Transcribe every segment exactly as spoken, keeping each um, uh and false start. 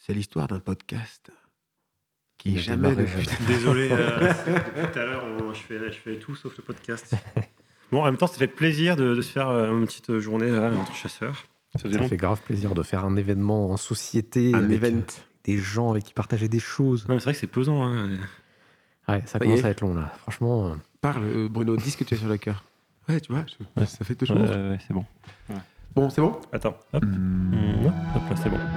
c'est l'histoire d'un podcast qui Il a jamais démarré, ne fut... Désolé, euh, depuis tout à l'heure, on- je fais, je fais tout sauf le podcast. Bon, en même temps, ça fait plaisir de, de se faire euh, une petite journée là, entre chasseurs. Ça faisait Ça long- fait grave plaisir de faire un événement en société un avec event. des gens avec qui partager des choses. Ouais, c'est vrai que c'est pesant. Hein. Ouais, ça Ça y commence est. à être long là. Franchement, euh, Parle, euh, Bruno, dis ce que tu as sur le cœur. Ouais, tu vois, je- ça fait deux Ouais, choses. ouais, c'est bon. Bon, c'est bon. Attends, hop. hmm. Mmh, hop là, c'est bon.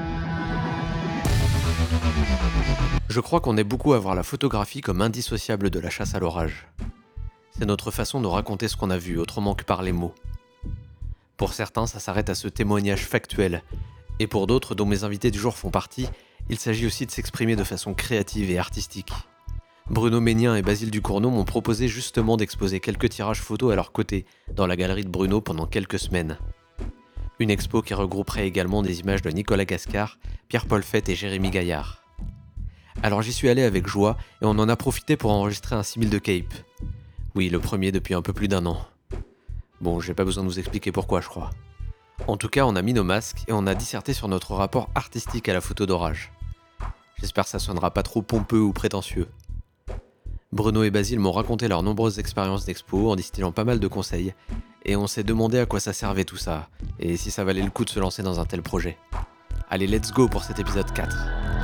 Je crois qu'on est beaucoup à voir la photographie comme indissociable de la chasse à l'orage. C'est notre façon de raconter ce qu'on a vu, autrement que par les mots. Pour certains, ça s'arrête à ce témoignage factuel, et pour d'autres, dont mes invités du jour font partie, il s'agit aussi de s'exprimer de façon créative et artistique. Bruno Ménien et Basile Ducournau m'ont proposé justement d'exposer quelques tirages photos à leur côté, dans la galerie de Bruno pendant quelques semaines. Une expo qui regrouperait également des images de Nicolas Gascard, Pierre-Paul Fett et Jérémy Gaillard. Alors j'y suis allé avec joie et on en a profité pour enregistrer un simil de Cape. Oui, le premier depuis un peu plus d'un an. Bon, j'ai pas besoin de vous expliquer pourquoi, je crois. En tout cas, on a mis nos masques et on a disserté sur notre rapport artistique à la photo d'orage. J'espère que ça sonnera pas trop pompeux ou prétentieux. Bruno et Basile m'ont raconté leurs nombreuses expériences d'expo en distillant pas mal de conseils, et on s'est demandé à quoi ça servait tout ça, et si ça valait le coup de se lancer dans un tel projet. Allez, let's go pour cet épisode quatre.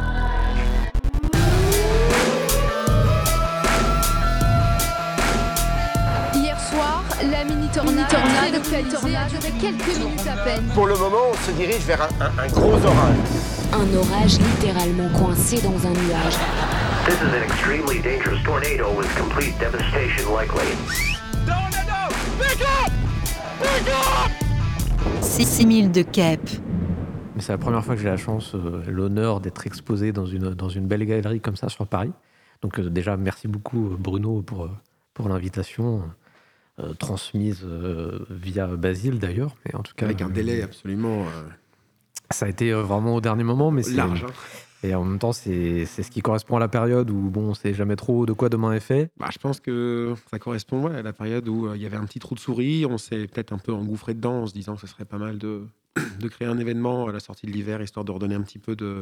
Hier soir, la mini-tornade très localisée a duré quelques minutes à peine. Pour le moment, on se dirige vers un, un- un gros orage. Un orage littéralement coincé dans un nuage. This is an extremely dangerous tornado with complete devastation likely. six mille de Cape. Mais c'est la première fois que j'ai la chance, euh, l'honneur d'être exposé dans une, dans une belle galerie comme ça sur Paris. Donc euh, déjà, merci beaucoup Bruno pour, euh, pour l'invitation, euh, transmise euh, via Basile d'ailleurs. Mais en tout cas, Avec un euh, délai absolument euh, ça a été euh, vraiment au dernier moment, mais c'est large. hein. Et en même temps, c'est, c'est ce qui correspond à la période où bon, on sait jamais trop de quoi demain est fait. Bah, je pense que ça correspond ouais, à la période où euh, il y avait un petit trou de souris. On s'est peut-être un peu engouffré dedans en se disant que ce serait pas mal de, de créer un événement à la sortie de l'hiver, histoire de redonner un petit peu de.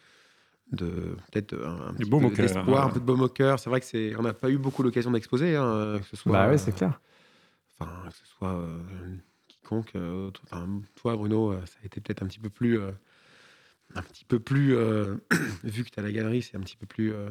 de peut-être un, un Du petit baume peu au cœur. d'espoir, un peu de baume au cœur. C'est vrai que c'est, on n'a pas eu beaucoup l'occasion d'exposer, hein, que ce soit. Bah ouais, c'est clair. Enfin, que ce soit euh, quiconque. euh, toi- enfin, toi, Bruno, euh, ça a été peut-être un petit peu plus. euh, un petit peu plus. euh, vu que tu as la galerie, c'est un petit peu plus. euh,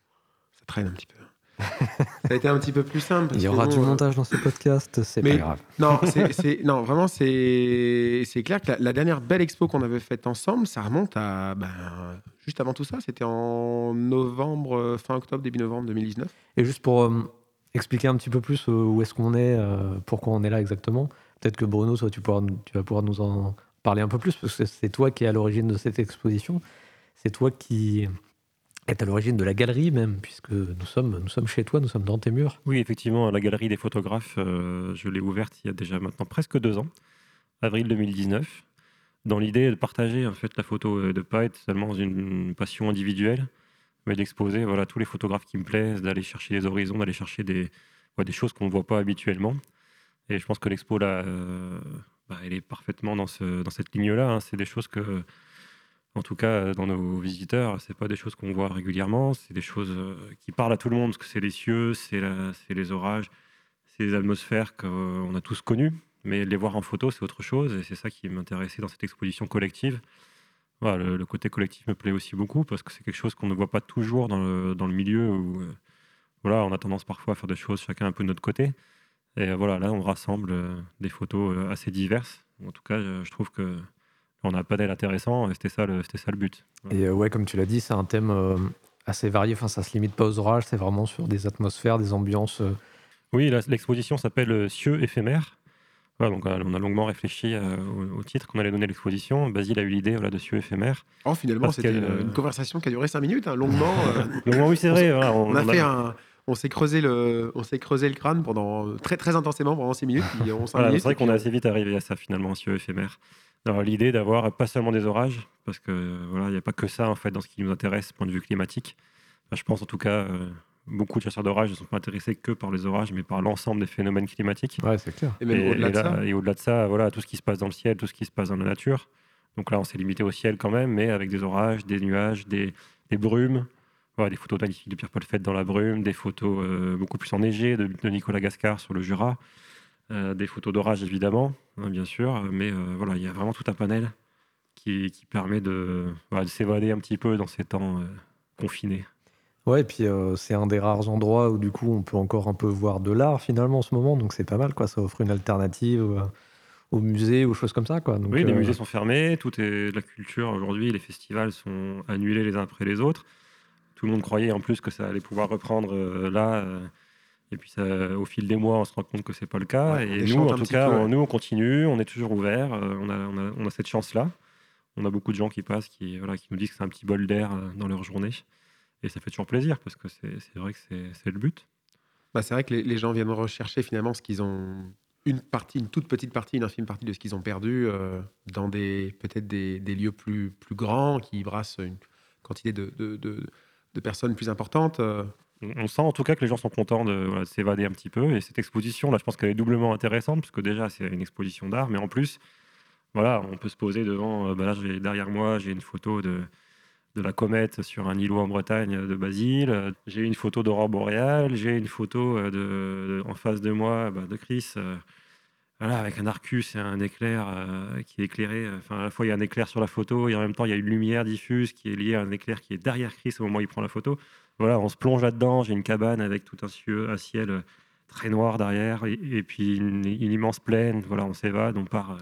ça traîne un petit peu. Ça a été un petit peu plus simple. parce Il y que aura bon, du euh, montage dans ce podcast, c'est mais- pas grave. non, c'est, c'est- non, vraiment, c'est, c'est clair que la, la dernière belle expo qu'on avait faite ensemble, ça remonte à ben, juste avant tout ça. C'était en novembre, euh, fin octobre, début novembre deux mille dix-neuf. Et juste pour euh, expliquer un petit peu plus euh, où est-ce qu'on est, euh, pourquoi on est là exactement, peut-être que Bruno, toi, tu, pourras, tu vas pouvoir nous en parler un peu plus, parce que c'est toi qui es à l'origine de cette exposition. C'est toi qui est à l'origine de la galerie même, puisque nous sommes, nous sommes chez toi, nous sommes dans tes murs. Oui, effectivement, la galerie des photographes, euh, je l'ai ouverte il y a déjà maintenant presque deux ans, avril deux mille dix-neuf, dans l'idée de partager en fait la photo et de ne pas être seulement dans une passion individuelle, mais d'exposer voilà, tous les photographes qui me plaisent, d'aller chercher des horizons, d'aller chercher des, ouais, des choses qu'on ne voit pas habituellement. Et je pense que l'expo, là, euh, bah, elle est parfaitement dans, ce, dans cette ligne-là. hein. C'est des choses que, en tout cas, dans nos visiteurs, c'est pas des choses qu'on voit régulièrement. C'est des choses euh, qui parlent à tout le monde, parce que c'est les cieux, c'est, la, c'est les orages, c'est les atmosphères qu'on a tous connues. Mais les voir en photo, c'est autre chose. Et c'est ça qui m'intéressait dans cette exposition collective. Voilà, le, le côté collectif me plaît aussi beaucoup, parce que c'est quelque chose qu'on ne voit pas toujours dans le, dans le milieu où euh, voilà, on a tendance parfois à faire des choses chacun un peu de notre côté. Et euh, voilà, là, on rassemble euh, des photos euh, assez diverses. En tout cas, je, je trouve que on a un panel intéressant et c'était ça le, c'était ça le but. Voilà. Et euh, ouais, comme tu l'as dit, c'est un thème euh, assez varié. Enfin, ça se limite pas aux orages, c'est vraiment sur des atmosphères, des ambiances. euh, Oui, la- l'exposition s'appelle euh, Cieux éphémères. Voilà, donc, euh, on a longuement réfléchi euh, au, au titre qu'on allait donner à l'exposition. Basile a eu l'idée voilà, de Cieux éphémères. Oh, finalement, Parce c'était qu'elle, une, euh, une conversation qui a duré cinq minutes, hein, longuement. euh, Donc, oui, c'est On vrai. s- voilà, on a on fait un. On s'est creusé le, on s'est creusé le crâne pendant très très intensément pendant six minutes. Puis on cinq Voilà, minutes, c'est vrai et puis qu'on est on- assez vite arrivé à ça finalement, Cieux éphémères. Alors, l'idée d'avoir pas seulement des orages, parce que euh, voilà, il n'y a pas que ça en fait dans ce qui nous intéresse, point de vue climatique. Enfin, je pense en tout cas, euh, beaucoup de chasseurs d'orages ne sont pas intéressés que par les orages, mais par l'ensemble des phénomènes climatiques. Ouais, c'est clair. Et même et, au-delà et de là- ça. et au-delà de ça, voilà, tout ce qui se passe dans le ciel, tout ce qui se passe dans la nature. Donc là, on s'est limité au ciel quand même, mais avec des orages, des nuages, des, des brumes. Voilà, des photos magnifiques de Pierre-Paul Fête dans la brume, des photos euh, beaucoup plus enneigées de, de Nicolas Gascard sur le Jura, euh, des photos d'orage évidemment, hein, bien sûr, mais euh, voilà, il y a vraiment tout un panel qui, qui permet de, voilà, de s'évader un petit peu dans ces temps euh, confinés. Ouais, et puis euh, c'est un des rares endroits où du coup on peut encore un peu voir de l'art finalement en ce moment, donc c'est pas mal quoi, ça offre une alternative euh, au musée, aux choses comme ça quoi. Donc, Oui, les euh, musées sont fermés, tout est de la culture aujourd'hui, les festivals sont annulés les uns après les autres. Tout le monde croyait en plus que ça allait pouvoir reprendre euh, là, euh, et puis ça, au fil des mois, on se rend compte que c'est pas le cas. Ouais, on et nous, déchante en un tout petit cas, peu, on, ouais. nous, on continue, on est toujours ouvert, euh, on, a, on, a, on a cette chance-là. On a beaucoup de gens qui passent, qui, voilà, qui nous disent que c'est un petit bol d'air euh, dans leur journée, et ça fait toujours plaisir parce que c'est, c'est vrai que c'est, c'est le but. Bah, c'est vrai que les, les gens viennent rechercher finalement ce qu'ils ont, une partie, une toute petite partie, une infime partie de ce qu'ils ont perdu euh, dans des peut-être des, des lieux plus, plus grands qui brassent une quantité de, de, de, de personnes plus importantes. euh. On on sent en tout cas que les gens sont contents de, voilà, de s'évader un petit peu. Et cette exposition, là, je pense qu'elle est doublement intéressante, parce que déjà, c'est une exposition d'art, mais en plus, voilà, on peut se poser devant. euh, bah là, j'ai, derrière moi, j'ai une photo de, de la comète sur un îlot en Bretagne euh, de Basile. Euh, J'ai une photo d'aurore boréale. J'ai une photo euh, de, de- en face de moi bah, de Chris. euh, voilà, avec un arcus et un éclair euh, qui est éclairé. euh, Enfin, à la fois, il y a un éclair sur la photo et en même temps, il y a une lumière diffuse qui est liée à un éclair qui est derrière Chris au moment où il prend la photo. Voilà, on se plonge là-dedans. J'ai une cabane avec tout un, cieux, un ciel euh, très noir derrière et, et puis une, une immense plaine. Voilà, on s'évade, on part, euh,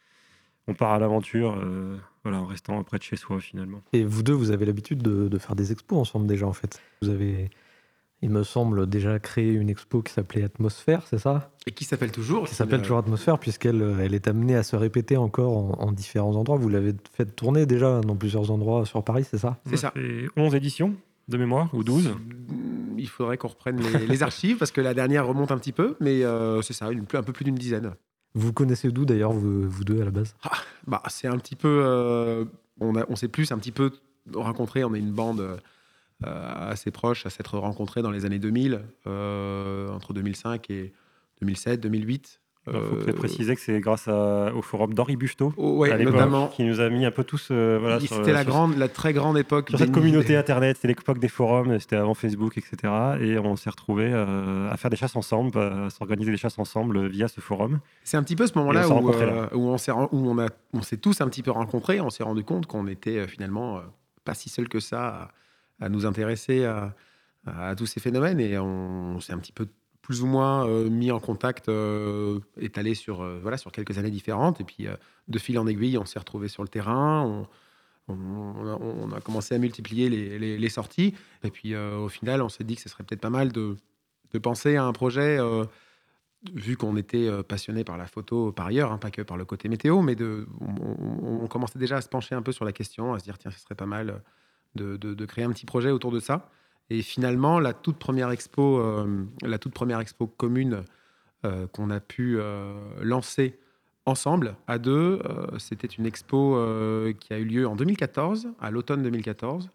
on part à l'aventure euh, voilà, en restant près de chez soi finalement. Et vous deux, vous avez l'habitude de, de faire des expos ensemble déjà en fait. Vous avez, il me semble, déjà créé une expo qui s'appelait Atmosphère, c'est ça? Et qui s'appelle toujours. Qui s'appelle euh, toujours Atmosphère puisqu'elle euh, elle est amenée à se répéter encore en, en différents endroits. Vous l'avez fait tourner déjà dans plusieurs endroits sur Paris, c'est ça? C'est ça. fait onze éditions de mémoire, ou douze. Il faudrait qu'on reprenne les, les archives parce que la dernière remonte un petit peu, mais euh, c'est ça, une, un peu plus d'une dizaine. Vous connaissez d'où d'ailleurs, vous, vous deux à la base? Bah, c'est un petit peu. euh, on, a, on s'est plus un petit peu rencontrés. On est une bande euh, assez proche à s'être rencontrés dans les années deux mille, euh, entre deux mille cinq et deux mille sept, deux mille huit. Il faut Euh, peut-être préciser que c'est grâce à- au forum d'Henri Buffetot, oh, ouais, à l'époque, notamment. qui nous a mis un peu tous euh, voilà, sur, C'était la, sur- grande, la très grande époque. sur cette des- communauté internet. C'était l'époque des forums, c'était avant Facebook, et cetera. Et on s'est retrouvés euh, à faire des chasses ensemble, à s'organiser des chasses ensemble via ce forum. C'est un petit peu ce Et on moment-là s'est où, rencontrés euh, là. où on s'est ren- où on a on s'est tous un petit peu rencontrés. On s'est rendu compte qu'on était euh, finalement euh, pas si seuls que ça à, à nous intéresser à, à tous ces phénomènes, et on, on s'est un petit peu plus ou moins euh, mis en contact, euh, étalé sur euh, voilà sur quelques années différentes, et puis euh, de fil en aiguille, on s'est retrouvés sur le terrain. On, on, on a, on a commencé à multiplier les, les- les sorties, et puis euh, au final, on s'est dit que ce serait peut-être pas mal de, de penser à un projet. euh, Vu qu'on était euh, passionné par la photo par ailleurs, hein, pas que par le côté météo, mais de, on, on- on commençait déjà à se pencher un peu sur la question, à se dire tiens, ce serait pas mal de, de- de créer un petit projet autour de ça. Et finalement, la toute première expo, euh, la toute première expo commune euh, qu'on a pu euh, lancer ensemble à deux, euh, c'était une expo euh, qui a eu lieu en deux mille quatorze, à l'automne deux mille quatorze,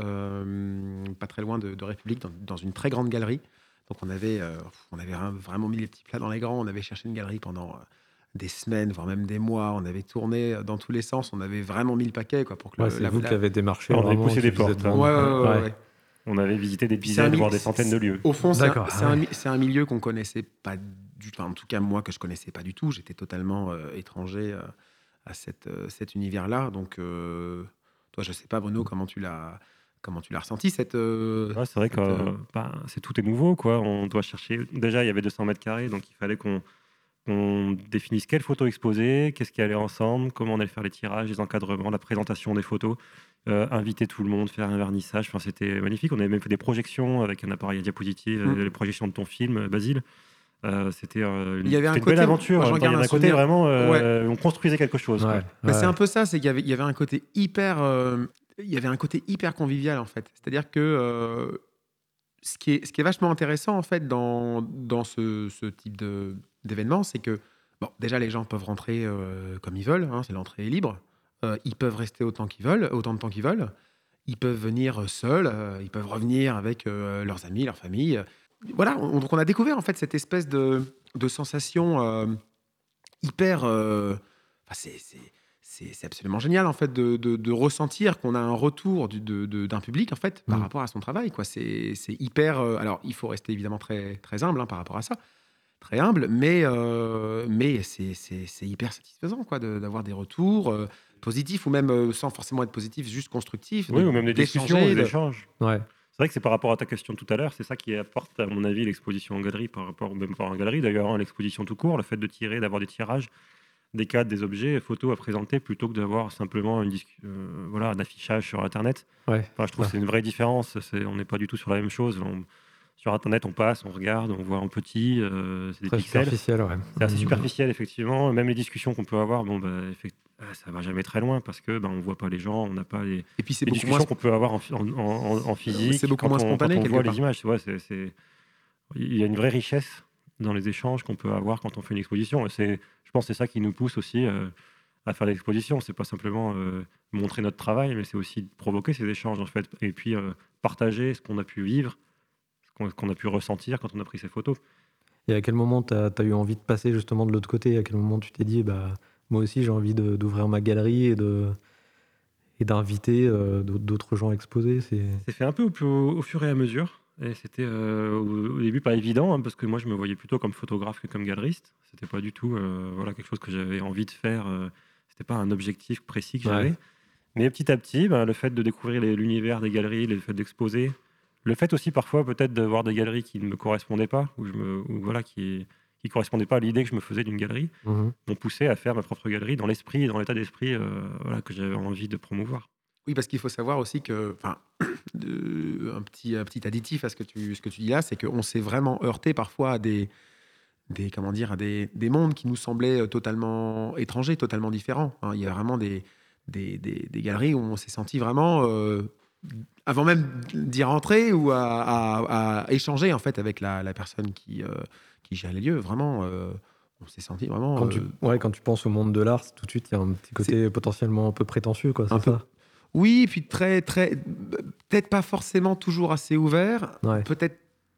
euh, pas très loin de, de République, dans, dans une très grande galerie. Donc on avait, euh, on avait vra- vraiment mis les petits plats dans les grands. On avait cherché une galerie pendant euh, des semaines, voire même des mois. On avait tourné euh, dans tous les sens. On avait vraiment mis le paquet, quoi, pour que Ouais, le- c'est la, vous la- qui avez démarché. On avait vraiment, poussé qui des vous portes, êtes hein. Ouais, vendu. ouais, ouais, Ouais. ouais. On avait visité des Puis c'est un dizaines, mi- voire des centaines de lieux. Au fond, c'est un, D'accord, c'est ouais. un mi- c'est un milieu qu'on connaissait pas du tout. Enfin, en tout cas, moi, que je connaissais pas du tout. J'étais totalement euh, étranger euh, à cette, euh, cet univers-là. Donc, euh, toi, je sais pas, Bruno, comment tu l'as, comment tu l'as ressenti cette. euh, Ouais, c'est vrai cette, que euh, euh, ben, c'est tout est nouveau, quoi. On doit chercher. Déjà, il y avait deux cents mètres carrés, donc il fallait qu'on qu'on définisse quelles photos exposer, qu'est-ce qui allait ensemble, comment on allait faire les tirages, les encadrements, la présentation des photos, euh, inviter tout le monde, faire un vernissage. Enfin, c'était magnifique. On avait même fait des projections avec un appareil à diapositive, Mm. euh, les projections de ton film, euh, Basile. Euh, c'était euh, une, Il y avait un c'était une côté- belle aventure. moi, En je même temps, il y regarde avait un un côté souvenir- vraiment, euh, on construisait quelque chose. quoi. Ouais, Bah, c'est ouais. un peu ça, c'est qu'il y avait, il y avait un côté hyper, euh, il y avait un côté hyper convivial en fait. C'est-à-dire que euh, ce qui est, ce qui est vachement intéressant en fait dans, dans ce, ce type de, d'événement, c'est que bon, déjà les gens peuvent rentrer euh, comme ils veulent, hein, c'est l'entrée est libre. Euh, ils peuvent rester autant qu'ils veulent, autant de temps qu'ils veulent. Ils peuvent venir seuls, euh, ils peuvent revenir avec euh, leurs amis, leur famille. Voilà, on, donc on a découvert en fait cette espèce de, de sensation euh, hyper. euh, enfin, c'est, c'est, c'est, c'est absolument génial en fait de, de, de ressentir qu'on a un retour du, de, de, d'un public en fait par Mm. rapport à son travail. Quoi. C'est, c'est hyper. euh, alors, il faut rester évidemment très, très humble hein, par rapport à ça, très humble, mais, euh, mais c'est, c'est, c'est hyper satisfaisant quoi, de, d'avoir des retours euh, positifs ou même euh, sans forcément être positifs, juste constructifs. Oui, de- ou même des discussions, d'échanger, des de- échanges. Ouais. C'est vrai que c'est par rapport à ta question tout à l'heure, c'est ça qui apporte, à mon avis, l'exposition en galerie par rapport, même pas en galerie d'ailleurs, hein, l'exposition tout court, le fait de tirer, d'avoir des tirages, des cadres, des objets, photos à présenter plutôt que d'avoir simplement une discu- euh, voilà, un affichage sur Internet. Ouais. Enfin, je trouve que c'est une vraie différence. C'est, on n'est pas du tout sur la même chose. On- sur Internet, on passe, on regarde, on voit en petit, euh, c'est des Très pixels. superficiel, ouais. C'est assez Mm. superficiel, effectivement. Même les discussions qu'on peut avoir, bon, bah, effect- ah, ça va jamais très loin parce que bah, on voit pas les gens, on n'a pas les, Et puis c'est les beaucoup discussions moins. qu'on peut avoir en, fi- en, en- en physique. C'est beaucoup quand moins on, spontané, quand on quelque voit part. les images. Tu vois, c'est, c'est- il y a une vraie richesse dans les échanges qu'on peut avoir quand on fait une exposition. Et c'est, je pense que c'est ça qui nous pousse aussi euh, à faire l'exposition. C'est pas simplement euh, montrer notre travail, mais c'est aussi provoquer ces échanges en fait, et puis euh, partager ce qu'on a pu vivre, ce qu'on, ce qu'on a pu ressentir quand on a pris ces photos. Et à quel moment tu as eu envie de passer justement de l'autre côté? À quel moment tu t'es dit, bah, moi aussi j'ai envie de- d'ouvrir ma galerie et de et d'inviter euh, d'autres d'autres gens à exposer? C'est... C'est fait un peu au, au- au fur et à mesure. Et c'était euh, au, au début pas évident, hein, parce que moi je me voyais plutôt comme photographe que comme galeriste. C'était pas du tout euh, voilà, quelque chose que j'avais envie de faire. Euh, c'était pas un objectif précis que Ouais. j'avais. Mais petit à petit, ben, le fait de découvrir les- l'univers des galeries, le fait d'exposer, le fait aussi parfois peut-être de voir des galeries qui ne me correspondaient pas, ou, je me, ou voilà, qui qui correspondaient pas à l'idée que je me faisais d'une galerie, Mhm. m'ont poussé à faire ma propre galerie dans l'esprit et dans l'état d'esprit euh, voilà, que j'avais envie de promouvoir. Oui, parce qu'il faut savoir aussi que, enfin, de- un petit, un petit additif à ce que tu, ce que tu dis là, c'est qu'on s'est vraiment heurté parfois à des, des, comment dire, à des, des mondes qui nous semblaient euh, totalement étrangers, totalement différents. hein. Il y a vraiment des, des, des, des galeries où on s'est senti vraiment, euh, avant même d'y rentrer ou à, à- à échanger en fait avec la, la personne qui, euh, qui gère les lieux, vraiment, euh, on s'est senti vraiment Quand, tu, euh, ouais, quand tu penses au monde de l'art, tout de suite il y a un petit côté potentiellement un peu prétentieux, quoi, c'est Un peu. ça? Oui, puis très, très, peut-être pas forcément toujours assez ouvert, Ouais. peut-être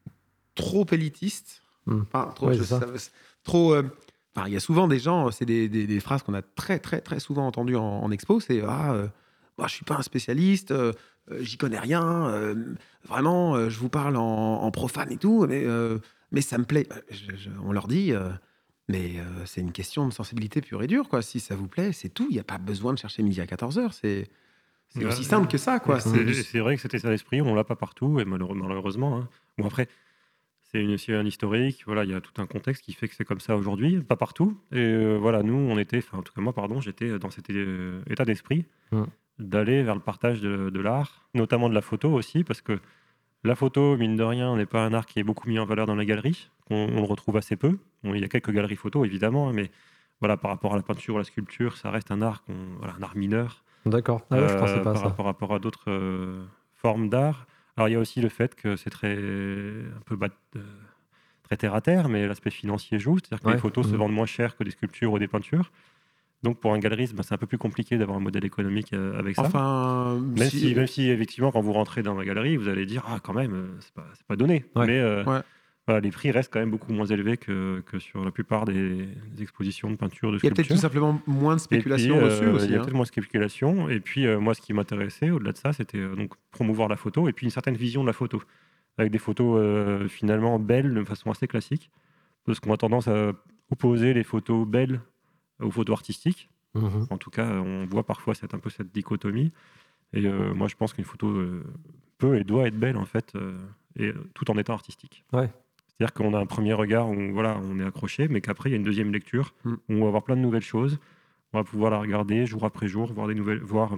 trop élitiste, Mm. Enfin, trop, Ouais, je- c'est ça. ça- trop. euh, enfin, il y a souvent des gens, c'est des, des- des phrases qu'on a très, très, très souvent entendues en, en expo. C'est ah, euh, moi, je suis pas un spécialiste, euh, euh, j'y connais rien, euh, vraiment, euh, je vous parle en, en profane et tout, mais, euh, mais ça me plaît. Je- je- on leur dit. euh, mais euh, c'est une question de sensibilité pure et dure, quoi. Si ça vous plaît, c'est tout. Il n'y a pas besoin de chercher midi à quatorze heures. C'est c'est Ouais, aussi simple que ça, quoi. C'est, C'est- c'est vrai que cet état d'esprit, on l'a pas partout, et malheure- malheureusement. hein. Bon, après, c'est une, c'est un historique, voilà, il y a tout un contexte qui fait que c'est comme ça aujourd'hui, pas partout. Et euh, voilà, nous, on était, enfin, en tout cas, moi, pardon, j'étais dans cet euh, état d'esprit Mm. d'aller vers le partage de, de l'art, notamment de la photo aussi, parce que la photo, mine de rien, n'est pas un art qui est beaucoup mis en valeur dans les galeries. On, on le retrouve assez peu. Bon, il y a quelques galeries photo, évidemment, hein, mais voilà, par rapport à la peinture ou la sculpture, ça reste un art, qu'on, voilà, un art mineur. D'accord. Ah ouais, je Euh, pensais pas à par, ça. rapport, rapport à d'autres euh, formes d'art. Alors il y a aussi le fait que c'est très un peu bas- euh, très terre à terre, mais l'aspect financier joue, c'est-à-dire que Ouais. les photos se Mhm. vendent moins cher que des sculptures ou des peintures. Donc pour un galeriste, ben, c'est un peu plus compliqué d'avoir un modèle économique euh, avec ça. Enfin, même si, même si effectivement quand vous rentrez dans la galerie, vous allez dire ah quand même euh, c'est pas, c'est pas donné. Ouais. Mais euh, Ouais. voilà, les prix restent quand même beaucoup moins élevés que, que sur la plupart des, des expositions de peinture, de il y a peut-être sculpture. tout simplement moins de Et puis, spéculation euh, dessus aussi. Il y a hein. peut-être moins de spéculation. Et puis, euh, moi, ce qui m'intéressait, au-delà de ça, c'était euh, donc promouvoir la photo et puis une certaine vision de la photo. Avec des photos euh, finalement belles de façon assez classique. Parce qu'on a tendance à opposer les photos belles aux photos artistiques. Mhm. En tout cas, on voit parfois cette, un peu cette dichotomie. Et euh, moi, je pense qu'une photo euh, peut et doit être belle, en fait, euh, et, euh, tout en étant artistique. Ouais. C'est-à-dire qu'on a un premier regard où voilà, on est accroché, mais qu'après, il y a une deuxième lecture Mm. où on va voir plein de nouvelles choses. On va pouvoir la regarder jour après jour, voir des nouvelles, voir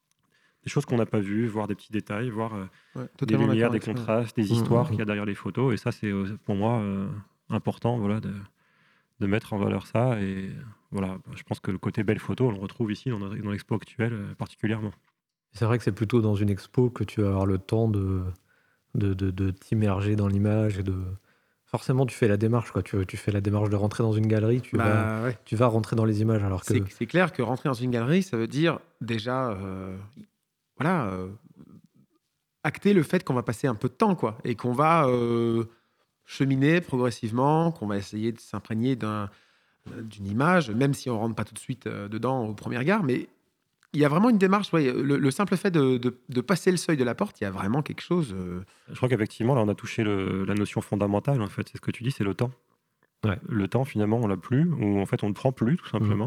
des choses qu'on n'a pas vues, voir des petits détails, voir euh, Ouais, des totalement lumières, d'accord des avec ça. contrastes, des Mm, histoires mm, qu'il y a derrière les photos. Et ça, c'est euh, pour moi euh, important voilà, de, de mettre en valeur ça. Et voilà, je pense que le côté belle photo, on le retrouve ici dans, dans l'expo actuelle euh, particulièrement. C'est vrai que c'est plutôt dans une expo que tu vas avoir le temps de, de, de, de t'immerger dans l'image et de. Forcément, tu fais la démarche, quoi. Tu, tu fais la démarche de rentrer dans une galerie, tu, vas, Bah, ouais. tu vas rentrer dans les images. Alors que. C'est c'est clair que rentrer dans une galerie, ça veut dire déjà, euh, voilà, euh, acter le fait qu'on va passer un peu de temps, quoi, et qu'on va euh, cheminer progressivement, qu'on va essayer de s'imprégner d'un euh, d'une image, même si on rentre pas tout de suite euh, dedans au premier regard, mais il y a vraiment une démarche, ouais, le, le simple fait de, de- de passer le seuil de la porte, il y a vraiment quelque chose. euh, Je crois qu'effectivement, là, on a touché le- la notion fondamentale, en fait. C'est ce que tu dis, c'est le temps. Ouais. Le temps, finalement, on l'a plus, ou en fait, on ne le prend plus, tout simplement.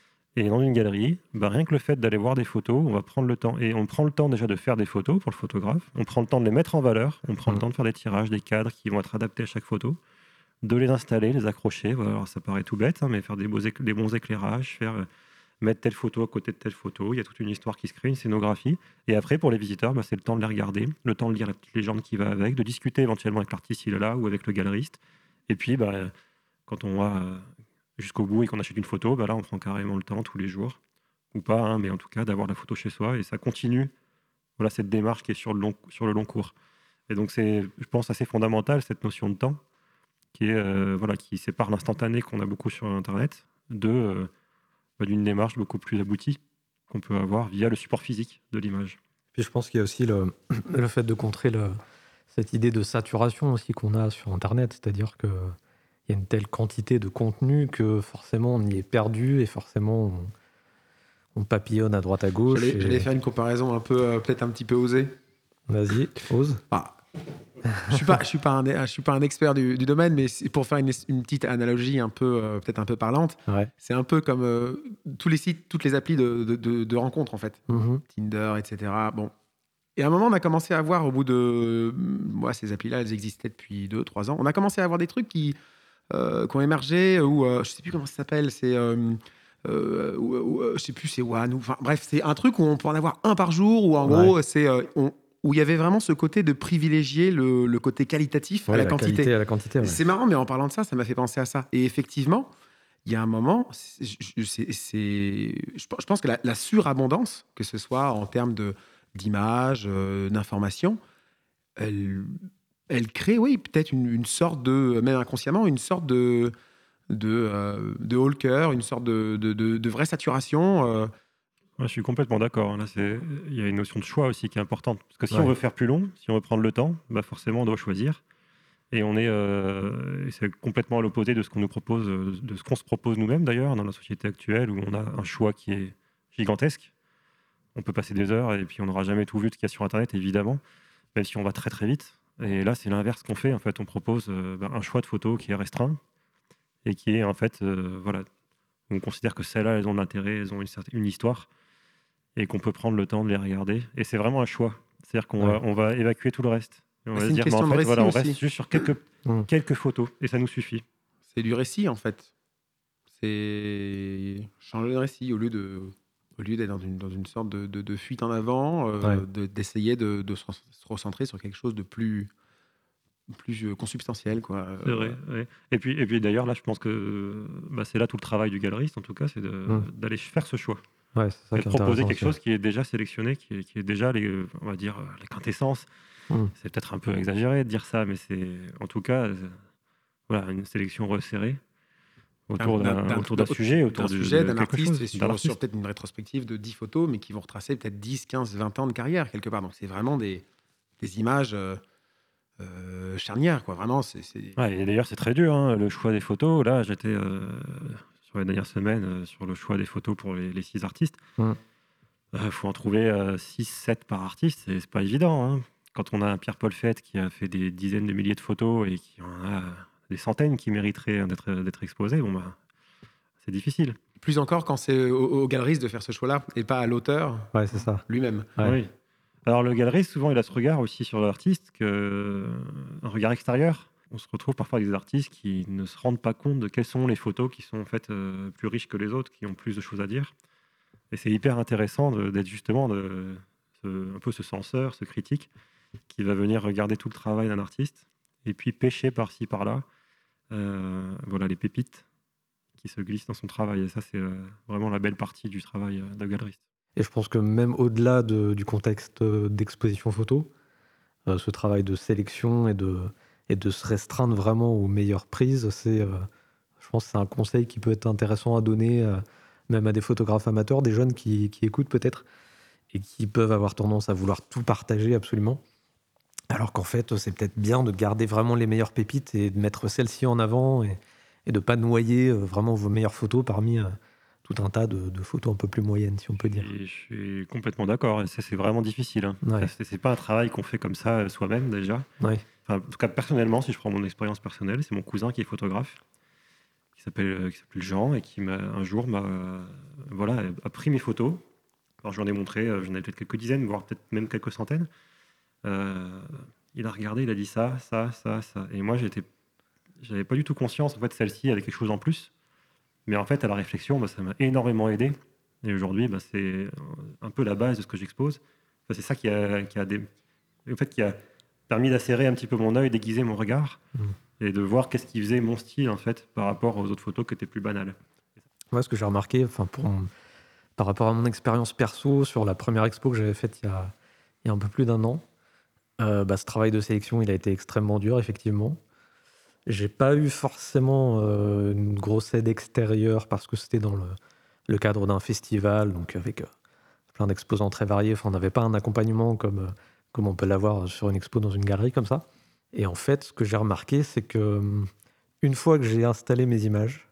Et dans une galerie, bah, rien que le fait d'aller voir des photos, on va prendre le temps. Et on prend le temps déjà de faire des photos pour le photographe. On prend le temps de les mettre en valeur. On prend Mhm. le temps de faire des tirages, des cadres qui vont être adaptés à chaque photo. De les installer, les accrocher. Voilà, alors, ça paraît tout bête, hein, mais faire des, beaux éc- des bons éclairages, faire, euh, mettre telle photo à côté de telle photo. Il y a toute une histoire qui se crée, une scénographie. Et après, pour les visiteurs, bah, c'est le temps de les regarder, le temps de lire la petite légende qui va avec, de discuter éventuellement avec l'artiste s'il est là ou avec le galeriste. Et puis, bah, quand on va euh, jusqu'au bout et qu'on achète une photo, bah, là, on prend carrément le temps tous les jours, ou pas, hein, mais en tout cas, d'avoir la photo chez soi. Et ça continue, voilà, cette démarche qui est sur le long, sur le long cours. Et donc, c'est, je pense, assez fondamental, cette notion de temps, qui, est, euh, voilà, qui sépare l'instantané qu'on a beaucoup sur Internet de, euh, bah, d'une démarche beaucoup plus aboutie qu'on peut avoir via le support physique de l'image. Puis je pense qu'il y a aussi le, le fait de contrer le- cette idée de saturation aussi qu'on a sur Internet, c'est-à-dire qu'il y a une telle quantité de contenu que forcément on y est perdu et forcément on, on papillonne à droite à gauche. J'allais et- j'allais faire une comparaison un peu, euh, peut-être un petit peu osée. Vas-y, ose. Ah, je suis pas, je suis pas un, je suis pas un expert du, du domaine, mais c'est pour faire une, une petite analogie un peu, euh, peut-être un peu parlante, Ouais. c'est un peu comme euh, tous les sites, toutes les applis de, de, de- de rencontres en fait, Mhm. Tinder, et cetera. Bon, et à un moment, on a commencé à voir au bout de, moi, ces applis-là, elles existaient depuis deux, trois ans. On a commencé à avoir des trucs qui, euh, qui ont émergé, ou euh, je sais plus comment ça s'appelle, c'est, euh, euh, ou- ou, euh, je sais plus, c'est One, ou enfin bref, c'est un truc où on peut en avoir un par jour, ou en Ouais. gros, c'est euh, on- où il y avait vraiment ce côté de privilégier le, le côté qualitatif Ouais, à la, quantité. qualité à la quantité. Ouais. C'est marrant, mais en parlant de ça, ça m'a fait penser à ça. Et effectivement, il y a un moment, c'est, je- c'est- c'est- je pense- je pense que la, la surabondance, que ce soit en termes de, d'images, euh, d'informations, elle, elle crée, oui, peut-être une, une sorte de, même inconsciemment, une sorte de, de, euh, de haut le cœur, une sorte de, de, de- de vraie saturation. euh. Ouais, je suis complètement d'accord, hein. Là, c'est, il y a une notion de choix aussi qui est importante. Parce que si Ouais. on veut faire plus long, si on veut prendre le temps, bah forcément, on doit choisir. Et on est, euh, et c'est complètement à l'opposé de ce qu'on nous propose, euh, de ce qu'on se propose nous-mêmes d'ailleurs dans la société actuelle où on a un choix qui est gigantesque. On peut passer des heures et puis on n'aura jamais tout vu de ce qu'il y a sur Internet, évidemment, même si on va très très vite. Et là, c'est l'inverse qu'on fait. En fait, on propose euh, bah, un choix de photos qui est restreint et qui est en fait, euh, voilà, on considère que celles-là, elles ont de l'intérêt, elles ont une, certaine, une histoire et qu'on peut prendre le temps de les regarder. Et c'est vraiment un choix. C'est-à-dire qu'on Ouais. va, on va évacuer tout le reste. Et on Mais va c'est se une dire, mais en question de fait, récit voilà, on aussi. reste juste sur quelques, Mm. quelques photos et ça nous suffit. C'est du récit, en fait. C'est changer de récit au lieu de, au lieu d'être dans une, dans une sorte de, de- de fuite en avant, euh, Ouais. de- d'essayer de, de se re- se recentrer sur quelque chose de plus, plus euh, consubstantiel, quoi. C'est Euh, vrai, ouais. Et puis, et puis d'ailleurs, là, je pense que euh, bah, c'est là tout le travail du galeriste, en tout cas, c'est de- Mm. d'aller faire ce choix. Ouais, c'est ça Et qui de est proposer intéressant quelque aussi. chose qui est déjà sélectionné, qui est, qui est déjà, les, euh, on va dire, euh, la quintessence. Mm. C'est peut-être un peu exagéré de dire ça, mais c'est en tout cas euh, voilà, une sélection resserrée autour d'un- d'un, d'un- autour d'un d'un- sujet, autour d'un de, sujet, de d'un quelque artiste, chose, et d'un sur, sur artiste. peut-être une rétrospective de dix photos, mais qui vont retracer peut-être dix, quinze, vingt ans de carrière, quelque part. Donc, c'est vraiment des, des images euh, euh, charnières, quoi. Vraiment, c'est... c'est- Ouais, et d'ailleurs, c'est très dur, hein, le choix des photos. Là, j'étais euh, sur les dernières semaines euh, sur le choix des photos pour les, les six artistes. Mm. Il faut en trouver six sept par artiste, c'est c'est pas évident, hein. Quand on a un Pierre-Paul Fett qui a fait des dizaines de milliers de photos et qui en a des centaines qui mériteraient d'être d'être exposées, bon, bah, c'est difficile. Plus encore quand c'est au, au galeriste de faire ce choix-là, et pas à l'auteur Ouais, c'est ça. lui-même. Ouais. Oui. Alors le galeriste, souvent, il a ce regard aussi sur l'artiste, que, un regard extérieur. On se retrouve parfois avec des artistes qui ne se rendent pas compte de quelles sont les photos qui sont en fait euh, plus riches que les autres, qui ont plus de choses à dire. Et c'est hyper intéressant de- d'être justement de, ce- un peu ce censeur, ce critique, qui va venir regarder tout le travail d'un artiste et puis pêcher par-ci, par-là, euh, voilà, les pépites qui se glissent dans son travail. Et ça, c'est euh, vraiment la belle partie du travail euh, d'un galeriste. Et je pense que même au-delà de- du contexte euh, d'exposition photo, euh, ce travail de sélection et de, et de se restreindre vraiment aux meilleures prises, c'est, euh, je pense que c'est un conseil qui peut être intéressant à donner euh, même à des photographes amateurs, des jeunes qui, qui écoutent peut-être et qui peuvent avoir tendance à vouloir tout partager absolument. Alors qu'en fait, c'est peut-être bien de garder vraiment les meilleures pépites et de mettre celles-ci en avant et, et de ne pas noyer euh, vraiment vos meilleures photos parmi euh, tout un tas de, de photos un peu plus moyennes, si on peut dire. Et je suis complètement d'accord. Et ça, c'est vraiment difficile. Hein. Ouais. C'est, c'est pas un travail qu'on fait comme ça euh, soi-même déjà. Ouais. Enfin, en tout cas, personnellement, si je prends mon expérience personnelle, c'est mon cousin qui est photographe, qui s'appelle, euh, qui s'appelle Jean, et qui m'a, un jour m'a, euh, voilà, a pris mes photos. Alors, j'en ai montré, euh, j'en ai peut-être quelques dizaines, voire peut-être même quelques centaines. Euh, il a regardé, il a dit ça, ça, ça, ça. Et moi, j'étais, j'avais pas du tout conscience. En fait, celle-ci avait quelque chose en plus. Mais en fait, à la réflexion, bah, ça m'a énormément aidé. Et aujourd'hui, bah, c'est un peu la base de ce que j'expose. Enfin, c'est ça qui a, qui a, des... en fait, qui a permis d'acérer un petit peu mon œil, d'aiguiser mon regard, mmh. et de voir qu'est-ce qui faisait mon style en fait, par rapport aux autres photos qui étaient plus banales. Moi, ce que j'ai remarqué, enfin, pour mon... par rapport à mon expérience perso sur la première expo que j'avais faite il y a, il y a un peu plus d'un an, euh, bah, ce travail de sélection, il a été extrêmement dur, effectivement. J'ai pas eu forcément euh, une grosse aide extérieure parce que c'était dans le, le cadre d'un festival, donc avec euh, plein d'exposants très variés. Enfin, on n'avait pas un accompagnement comme, euh, comme on peut l'avoir sur une expo dans une galerie comme ça. Et en fait, ce que j'ai remarqué, c'est que une fois que j'ai installé mes images,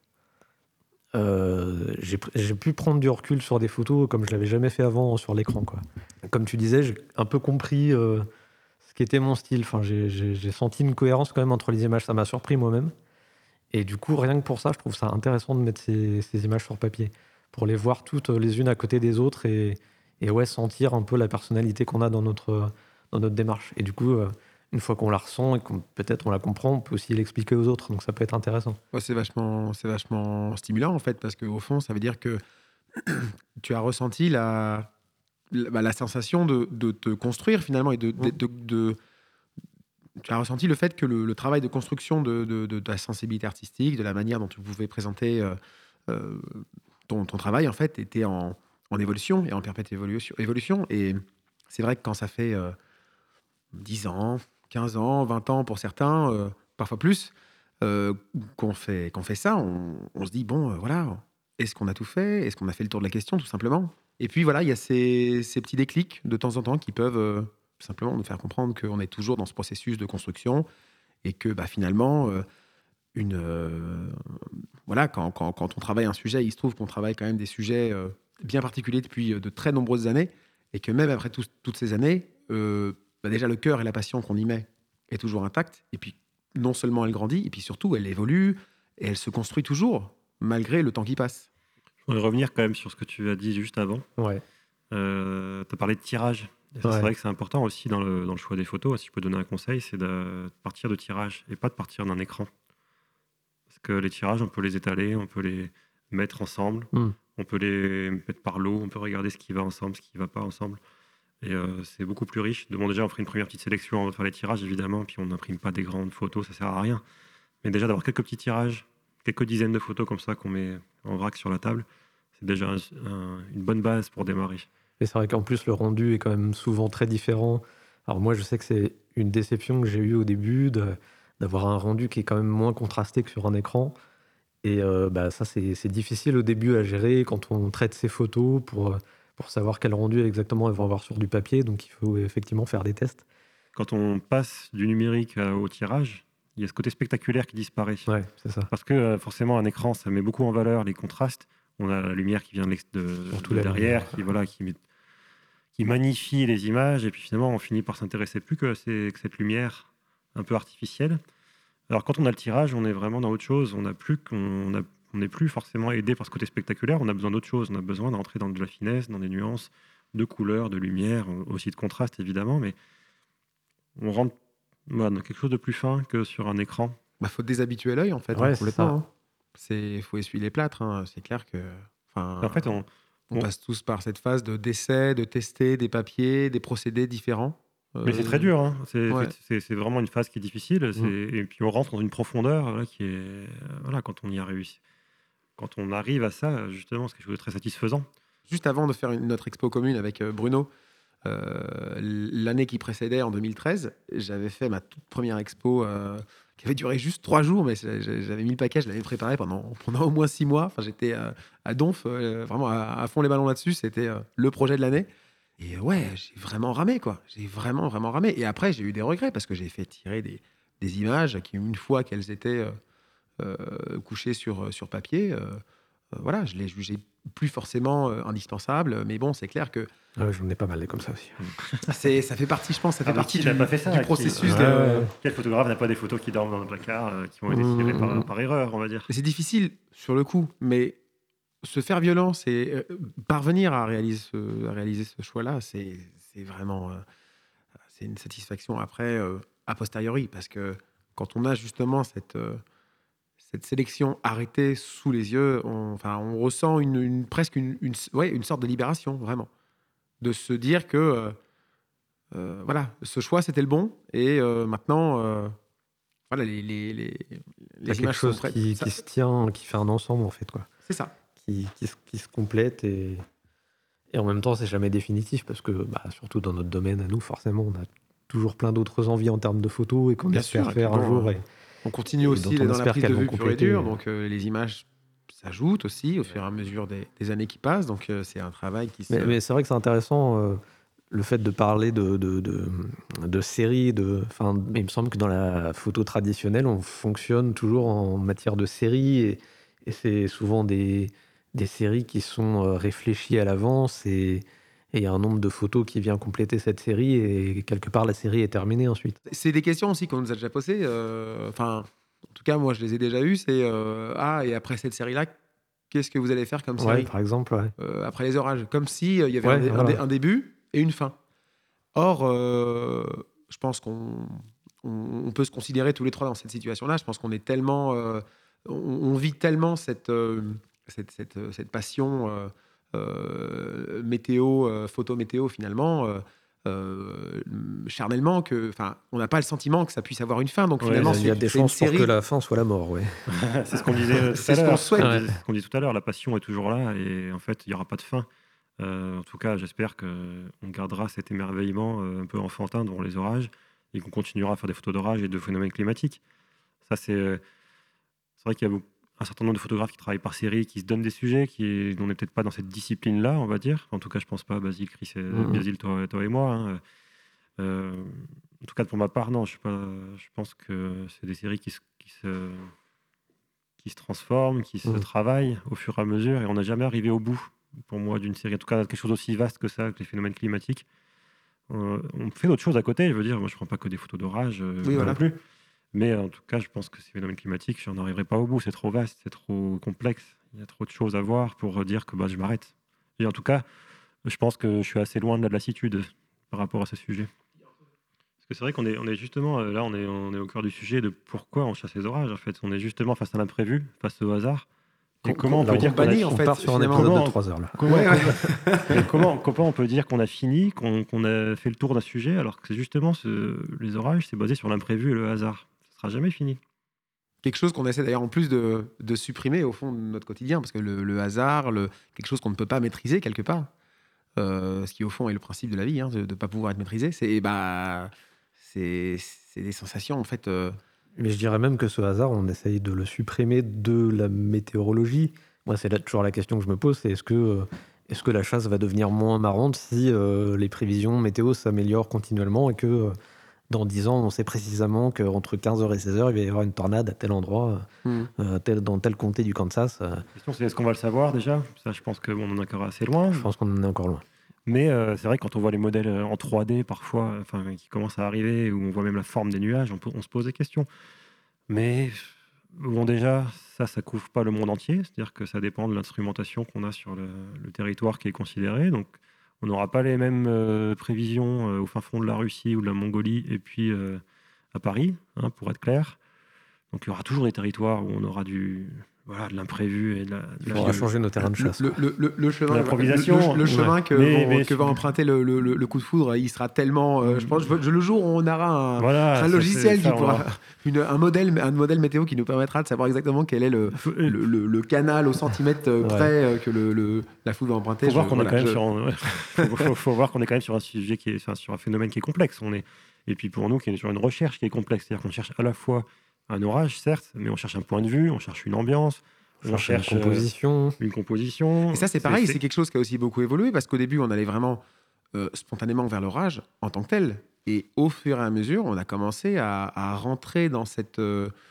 euh, j'ai, j'ai pu prendre du recul sur des photos comme je l'avais jamais fait avant sur l'écran, quoi. Comme tu disais, j'ai un peu compris euh, qui était mon style. Enfin, j'ai, j'ai, j'ai senti une cohérence quand même entre les images. Ça m'a surpris moi-même. Et du coup, rien que pour ça, je trouve ça intéressant de mettre ces, ces images sur papier, pour les voir toutes les unes à côté des autres et, et ouais, sentir un peu la personnalité qu'on a dans notre, dans notre démarche. Et du coup, euh, une fois qu'on la ressent et qu'on peut-être on la comprend, on peut aussi l'expliquer aux autres. Donc ça peut être intéressant. Ouais, c'est vachement, c'est vachement stimulant en fait, parce qu'au fond, ça veut dire que tu as ressenti la... La, la sensation de, de te construire finalement et de, de, de, de tu as ressenti le fait que le, le travail de construction de, de, de ta sensibilité artistique, de la manière dont tu pouvais présenter euh, euh, ton, ton travail en fait était en, en évolution et en perpétuelle évolution, évolution. Et c'est vrai que quand ça fait euh, dix ans, quinze ans, vingt ans pour certains, euh, parfois plus, euh, qu'on, fait, qu'on fait ça, on, on se dit bon euh, voilà, est-ce qu'on a tout fait? Est-ce qu'on a fait le tour de la question tout simplement? Et puis voilà, il y a ces, ces petits déclics de temps en temps qui peuvent euh, simplement nous faire comprendre qu'on est toujours dans ce processus de construction et que bah, finalement, euh, une, euh, voilà, quand, quand, quand on travaille un sujet, il se trouve qu'on travaille quand même des sujets euh, bien particuliers depuis de très nombreuses années et que même après tout, toutes ces années, euh, bah, déjà le cœur et la passion qu'on y met est toujours intact. Et puis non seulement elle grandit, et puis surtout elle évolue et elle se construit toujours malgré le temps qui passe. Je voudrais revenir quand même sur ce que tu as dit juste avant. Ouais. Euh, tu as parlé de tirage. Et ça, Ouais. C'est vrai que c'est important aussi dans le, dans le choix des photos. Si je peux donner un conseil, c'est de partir de tirage et pas de partir d'un écran. Parce que les tirages, on peut les étaler, on peut les mettre ensemble, Mm. on peut les mettre par lot, on peut regarder ce qui va ensemble, ce qui ne va pas ensemble. Et euh, c'est beaucoup plus riche. Bon, déjà, on ferait une première petite sélection avant de faire les tirages, évidemment, puis on n'imprime pas des grandes photos, ça ne sert à rien. Mais déjà, d'avoir quelques petits tirages, quelques dizaines de photos comme ça qu'on met en vrac sur la table, c'est déjà un, un, une bonne base pour démarrer. Et c'est vrai qu'en plus, le rendu est quand même souvent très différent. Alors moi, je sais que c'est une déception que j'ai eue au début, de, d'avoir un rendu qui est quand même moins contrasté que sur un écran. Et euh, bah, ça, c'est, c'est difficile au début à gérer quand on traite ses photos pour, pour savoir quel rendu exactement elles vont avoir sur du papier. Donc il faut effectivement faire des tests. Quand on passe du numérique au tirage, il y a ce côté spectaculaire qui disparaît. Ouais, c'est ça. Parce que euh, forcément, un écran, ça met beaucoup en valeur les contrastes. On a la lumière qui vient de, l'ex- de, de derrière, lumière. qui, voilà, qui, met, qui magnifie les images. Et puis finalement, on finit par s'intéresser plus que, ces, que cette lumière un peu artificielle. Alors quand on a le tirage, on est vraiment dans autre chose. On n'a plus qu'on a, on n'est plus forcément aidé par ce côté spectaculaire. On a besoin d'autre chose. On a besoin d'entrer dans de la finesse, dans des nuances, de couleurs, de lumière, aussi de contraste évidemment. Mais on rentre voilà, dans quelque chose de plus fin que sur un écran. Bah, faut déshabituer l'œil en fait, ouais, hein, complètement. C'est ça. Hein. C'est, faut essuyer les plâtres. Hein. C'est clair que. En fait, on, on on passe tous par cette phase de d'essai, de tester des papiers, des procédés différents. Mais c'est très dur, hein. c'est, ouais. c'est, c'est vraiment une phase qui est difficile. C'est, Mmh. Et puis on rentre dans une profondeur voilà, qui est. Voilà, quand on y a réussi. Quand on arrive à ça, justement, c'est quelque chose de très satisfaisant. Juste avant de faire une, notre expo commune avec Bruno, euh, l'année qui précédait, en deux mille treize, j'avais fait ma toute première expo euh, qui avait duré juste trois jours, mais j'avais mis le paquet, je l'avais préparé pendant, pendant au moins six mois. Enfin, j'étais à, à donf, euh, vraiment à, à fond les ballons là-dessus. C'était euh, le projet de l'année. Et ouais, j'ai vraiment ramé, quoi. J'ai vraiment, vraiment ramé. Et après, j'ai eu des regrets parce que j'ai fait tirer des, des images qui, une fois qu'elles étaient euh, euh, couché sur, sur papier, euh, euh, voilà, je l'ai jugé plus forcément euh, indispensable. Mais bon, c'est clair que Ouais, j'en ai pas mal des comme ça aussi. c'est, ça fait partie, je pense, ça fait Ah, mais partie qui du, n'a pas fait ça, du qui- processus. Ouais, de- ouais, ouais. Quel photographe n'a pas des photos qui dorment dans le placard, euh, qui ont été Mmh, tirées mmh. par, par erreur, on va dire. Mais c'est difficile sur le coup, mais se faire violence et euh, parvenir à réaliser ce, à réaliser ce choix-là, c'est, c'est vraiment euh, c'est une satisfaction après euh, a posteriori, parce que quand on a justement cette euh, cette sélection arrêtée sous les yeux, on, enfin, on ressent une, une- presque une, une, ouais, une sorte de libération, vraiment, de se dire que euh, euh, voilà, ce choix c'était le bon, et euh, maintenant, euh, voilà, les, les, les, Il y a les quelque images sont chose prêtes. qui, Ça- qui se tient, qui fait un ensemble en fait, quoi. c'est ça. Qui, qui, se- qui se complète et, et en même temps, c'est jamais définitif parce que, bah, surtout dans notre domaine à nous, forcément, on a toujours plein d'autres envies en termes de photos et qu'on Bien espère sûr, et faire puis un bon, jour. euh, Et, On continue Et aussi dont on dans la espère prise de qu'elles vue vont pure et compléter, dure, euh. donc euh, les images s'ajoutent aussi au fur et à mesure des, des années qui passent, donc euh, c'est un travail qui se... mais, mais c'est vrai que c'est intéressant euh, le fait de parler de, de, de, de séries. De, enfin, il me semble que dans la photo traditionnelle, on fonctionne toujours en matière de séries et, et c'est souvent des, des séries qui sont euh, réfléchies à l'avance et et il y a un nombre de photos qui vient compléter cette série et quelque part la série est terminée ensuite. C'est des questions aussi qu'on nous a déjà posées, euh, enfin, en tout cas moi je les ai déjà eues, c'est euh, ah, et après cette série-là, qu'est-ce que vous allez faire comme Ouais, série par exemple, ouais. euh, après les orages, comme si euh, il y avait Ouais, un, dé- un voilà. dé- un début et une fin. Or, euh, je pense qu'on on, on peut se considérer tous les trois dans cette situation-là. Je pense qu'on est tellement, euh, on, on vit tellement cette, euh, cette, cette, euh, cette passion euh, euh, météo, euh, photo météo finalement. Euh, euh, charnellement que, enfin, on n'a pas le sentiment que ça puisse avoir une fin. Donc Ouais, finalement, il y a c'est des c'est une chances pour série. que la fin soit la mort, ouais. C'est ce qu'on disait euh, tout C'est à ce qu'on l'heure. souhaite. C'est Ouais. ce qu'on dit tout à l'heure, la passion est toujours là et en fait, il n'y aura pas de fin. Euh, en tout cas, j'espère qu'on gardera cet émerveillement euh, un peu enfantin devant les orages et qu'on continuera à faire des photos d'orage et de phénomènes climatiques. Ça, c'est euh, c'est vrai qu'il y a beaucoup- un certain nombre de photographes qui travaillent par série, qui se donnent des sujets, qui on n'est peut-être pas dans cette discipline-là, on va dire. En tout cas, je pense pas, Basile, Chris, et, Mhm. Basile, toi, toi et moi. hein. Euh, en tout cas, pour ma part, non. Je, suis pas, je pense que c'est des séries qui se, qui se, qui se transforment, qui se Mhm. travaillent au fur et à mesure, et on n'a jamais arrivé au bout, pour moi, d'une série. En tout cas, quelque chose aussi vaste que ça, que les phénomènes climatiques. Euh, on fait d'autres choses à côté, je veux dire. Moi, je prends pas que des photos d'orage, euh, Oui, non voilà. plus. Mais en tout cas, je pense que ces phénomènes climatiques, je n'en arriverai pas au bout. C'est trop vaste, c'est trop complexe. Il y a trop de choses à voir pour dire que bah, je m'arrête. Et en tout cas, je pense que je suis assez loin de la lassitude par rapport à ce sujet. Parce que c'est vrai qu'on est, on est justement, euh, là, on est, on est au cœur du sujet de pourquoi on chasse les orages. En fait, on est justement face à l'imprévu, face au hasard. Et Qu'on- comment on qu'on- peut dire qu'on qu'on a bannit, fini- en On fait, part sur un finalement. épisode Comment- de trois heures là. Comment, Ouais, ouais. mais comment, comment on peut dire qu'on a fini, qu'on qu'on a fait le tour d'un sujet, alors que c'est justement ce, les orages, c'est basé sur l'imprévu et le hasard. Ça sera jamais fini. Quelque chose qu'on essaie d'ailleurs en plus de, de supprimer au fond de notre quotidien, parce que le, le hasard, le, quelque chose qu'on ne peut pas maîtriser quelque part, euh, ce qui au fond est le principe de la vie, hein, de ne pas pouvoir être maîtrisé, c'est bah, c'est c'est des sensations en fait. euh, Mais je dirais même que ce hasard, on essaye de le supprimer de la météorologie. Moi, c'est là toujours la question que je me pose, c'est est-ce que, euh, est-ce que la chasse va devenir moins marrante si euh, les prévisions météo s'améliorent continuellement et que euh, dans dix ans, on sait précisément qu'entre quinze heures et seize heures, il va y avoir une tornade à tel endroit, hmm. euh, tel, dans tel comté du Kansas. euh, La question, c'est est-ce qu'on va le savoir déjà? Ça, je pense qu'on bon, en est encore assez loin. je pense qu'on en est encore loin. Mais euh, c'est vrai que quand on voit les modèles euh, en trois D parfois, euh, enfin, qui commencent à arriver, où on voit même la forme des nuages, on, peut- on se pose des questions. Mais bon, déjà, ça, ça couvre pas le monde entier. C'est-à-dire que ça dépend de l'instrumentation qu'on a sur le, le territoire qui est considéré. Donc, on n'aura pas les mêmes euh, prévisions euh, au fin fond de la Russie ou de la Mongolie et puis euh, à Paris, hein, pour être clair. Donc, il y aura toujours des territoires où on aura du, voilà, de l'imprévu et de la, de Il la- faudra changer nos terrains de chasse. Le, le, le, le chemin, L'improvisation, le, le chemin ouais. que, Mais- vont- mais que je- va emprunter le, le, le- le coup de foudre, il sera tellement. euh, je pense je- le jour où on aura un, Voilà, un ça, logiciel c'est- ça, qui on pourra, aura- une, un modèle, un modèle météo qui nous permettra de savoir exactement quel est le, Faut- le, le- le canal au centimètre euh, Ouais. près euh, que le, le- la foudre va emprunter. Faut voir je- qu'on voilà, est quand même je- sur un, ouais. faut, faut- faut voir qu'on est quand même sur un sujet qui est, enfin, sur un phénomène qui est complexe. On est, et puis pour nous, qui est sur une recherche qui est complexe, c'est-à-dire qu'on cherche à la fois un orage, certes, mais on cherche un point de vue, on cherche une ambiance, on Chercher cherche une euh, composition. une composition. Et ça, c'est pareil, c'est quelque chose qui a aussi beaucoup évolué parce qu'au début, on allait vraiment euh, spontanément vers l'orage en tant que tel. Et au fur et à mesure, on a commencé à, à rentrer dans cette, euh,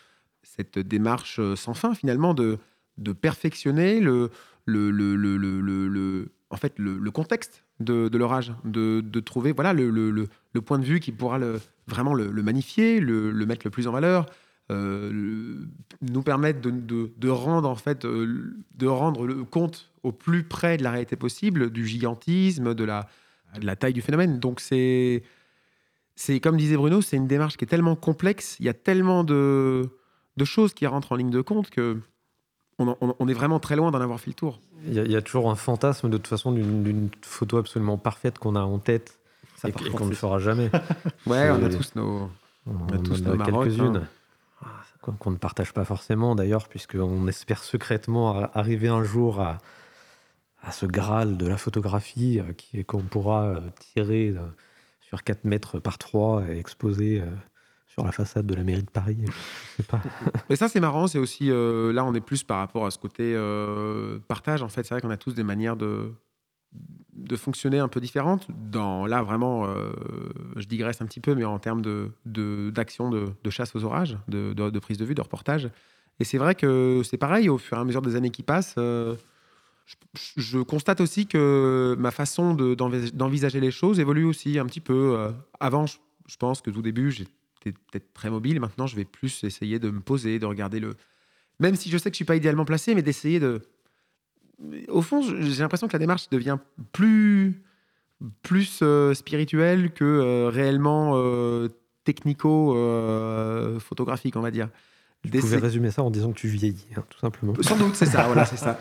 cette démarche sans fin, finalement, de, de perfectionner le, le, le, le, le, le, le- en fait, le, le contexte de, de l'orage, de, de trouver voilà, le, le, le, le point de vue qui pourra le, vraiment le, le magnifier, le, le mettre le plus en valeur, euh, le- nous permettre de, de, de rendre, en fait, euh, de rendre le compte au plus près de la réalité possible, du gigantisme, de la, de la taille du phénomène. Donc, c'est, c'est comme disait Bruno, c'est une démarche qui est tellement complexe, il y a tellement de, de choses qui rentrent en ligne de compte que on, en- on- on est vraiment très loin d'en avoir fait le tour. Il y, a- il y a toujours un fantasme de toute façon d'une d'une photo absolument parfaite qu'on a en tête Ça, et par et contre, qu'on ne c'est- fera jamais. Ouais, on a C'est- tous nos... On a tous en nos a marottes, quelques-unes. hein. Qu'on qu'on ne partage pas forcément d'ailleurs, puisqu'on espère secrètement a- arriver un jour à, à ce Graal de la photographie euh, qui est- qu'on pourra euh, tirer euh, sur quatre mètres par trois et exposer euh, sur la façade de la mairie de Paris. Je sais pas. Mais ça, c'est marrant. C'est aussi euh, là, on est plus par rapport à ce côté euh, partage. En fait, c'est vrai qu'on a tous des manières de de fonctionner un peu différentes. Dans là, vraiment, euh, je digresse un petit peu, mais en termes de de- d'action de, de chasse aux orages, de, de, de prise de vue, de reportage. Et c'est vrai que c'est pareil. Au fur et à mesure des années qui passent, euh, je, je constate aussi que ma façon de- d'envis- d'envisager les choses évolue aussi un petit peu. Euh, avant, je, je pense que tout début, j'étais peut-être très mobile. Maintenant, je vais plus essayer de me poser, de regarder le. Même si je sais que je suis pas idéalement placé, mais d'essayer de. Au fond, je- j'ai l'impression que la démarche devient plus plus euh, spirituelle que euh, réellement euh, technico-photographique, on va dire. Tu pouvais D'essayer- résumer ça en disant que tu vieillis, hein, tout simplement. Sans doute, c'est ça. Voilà, c'est ça.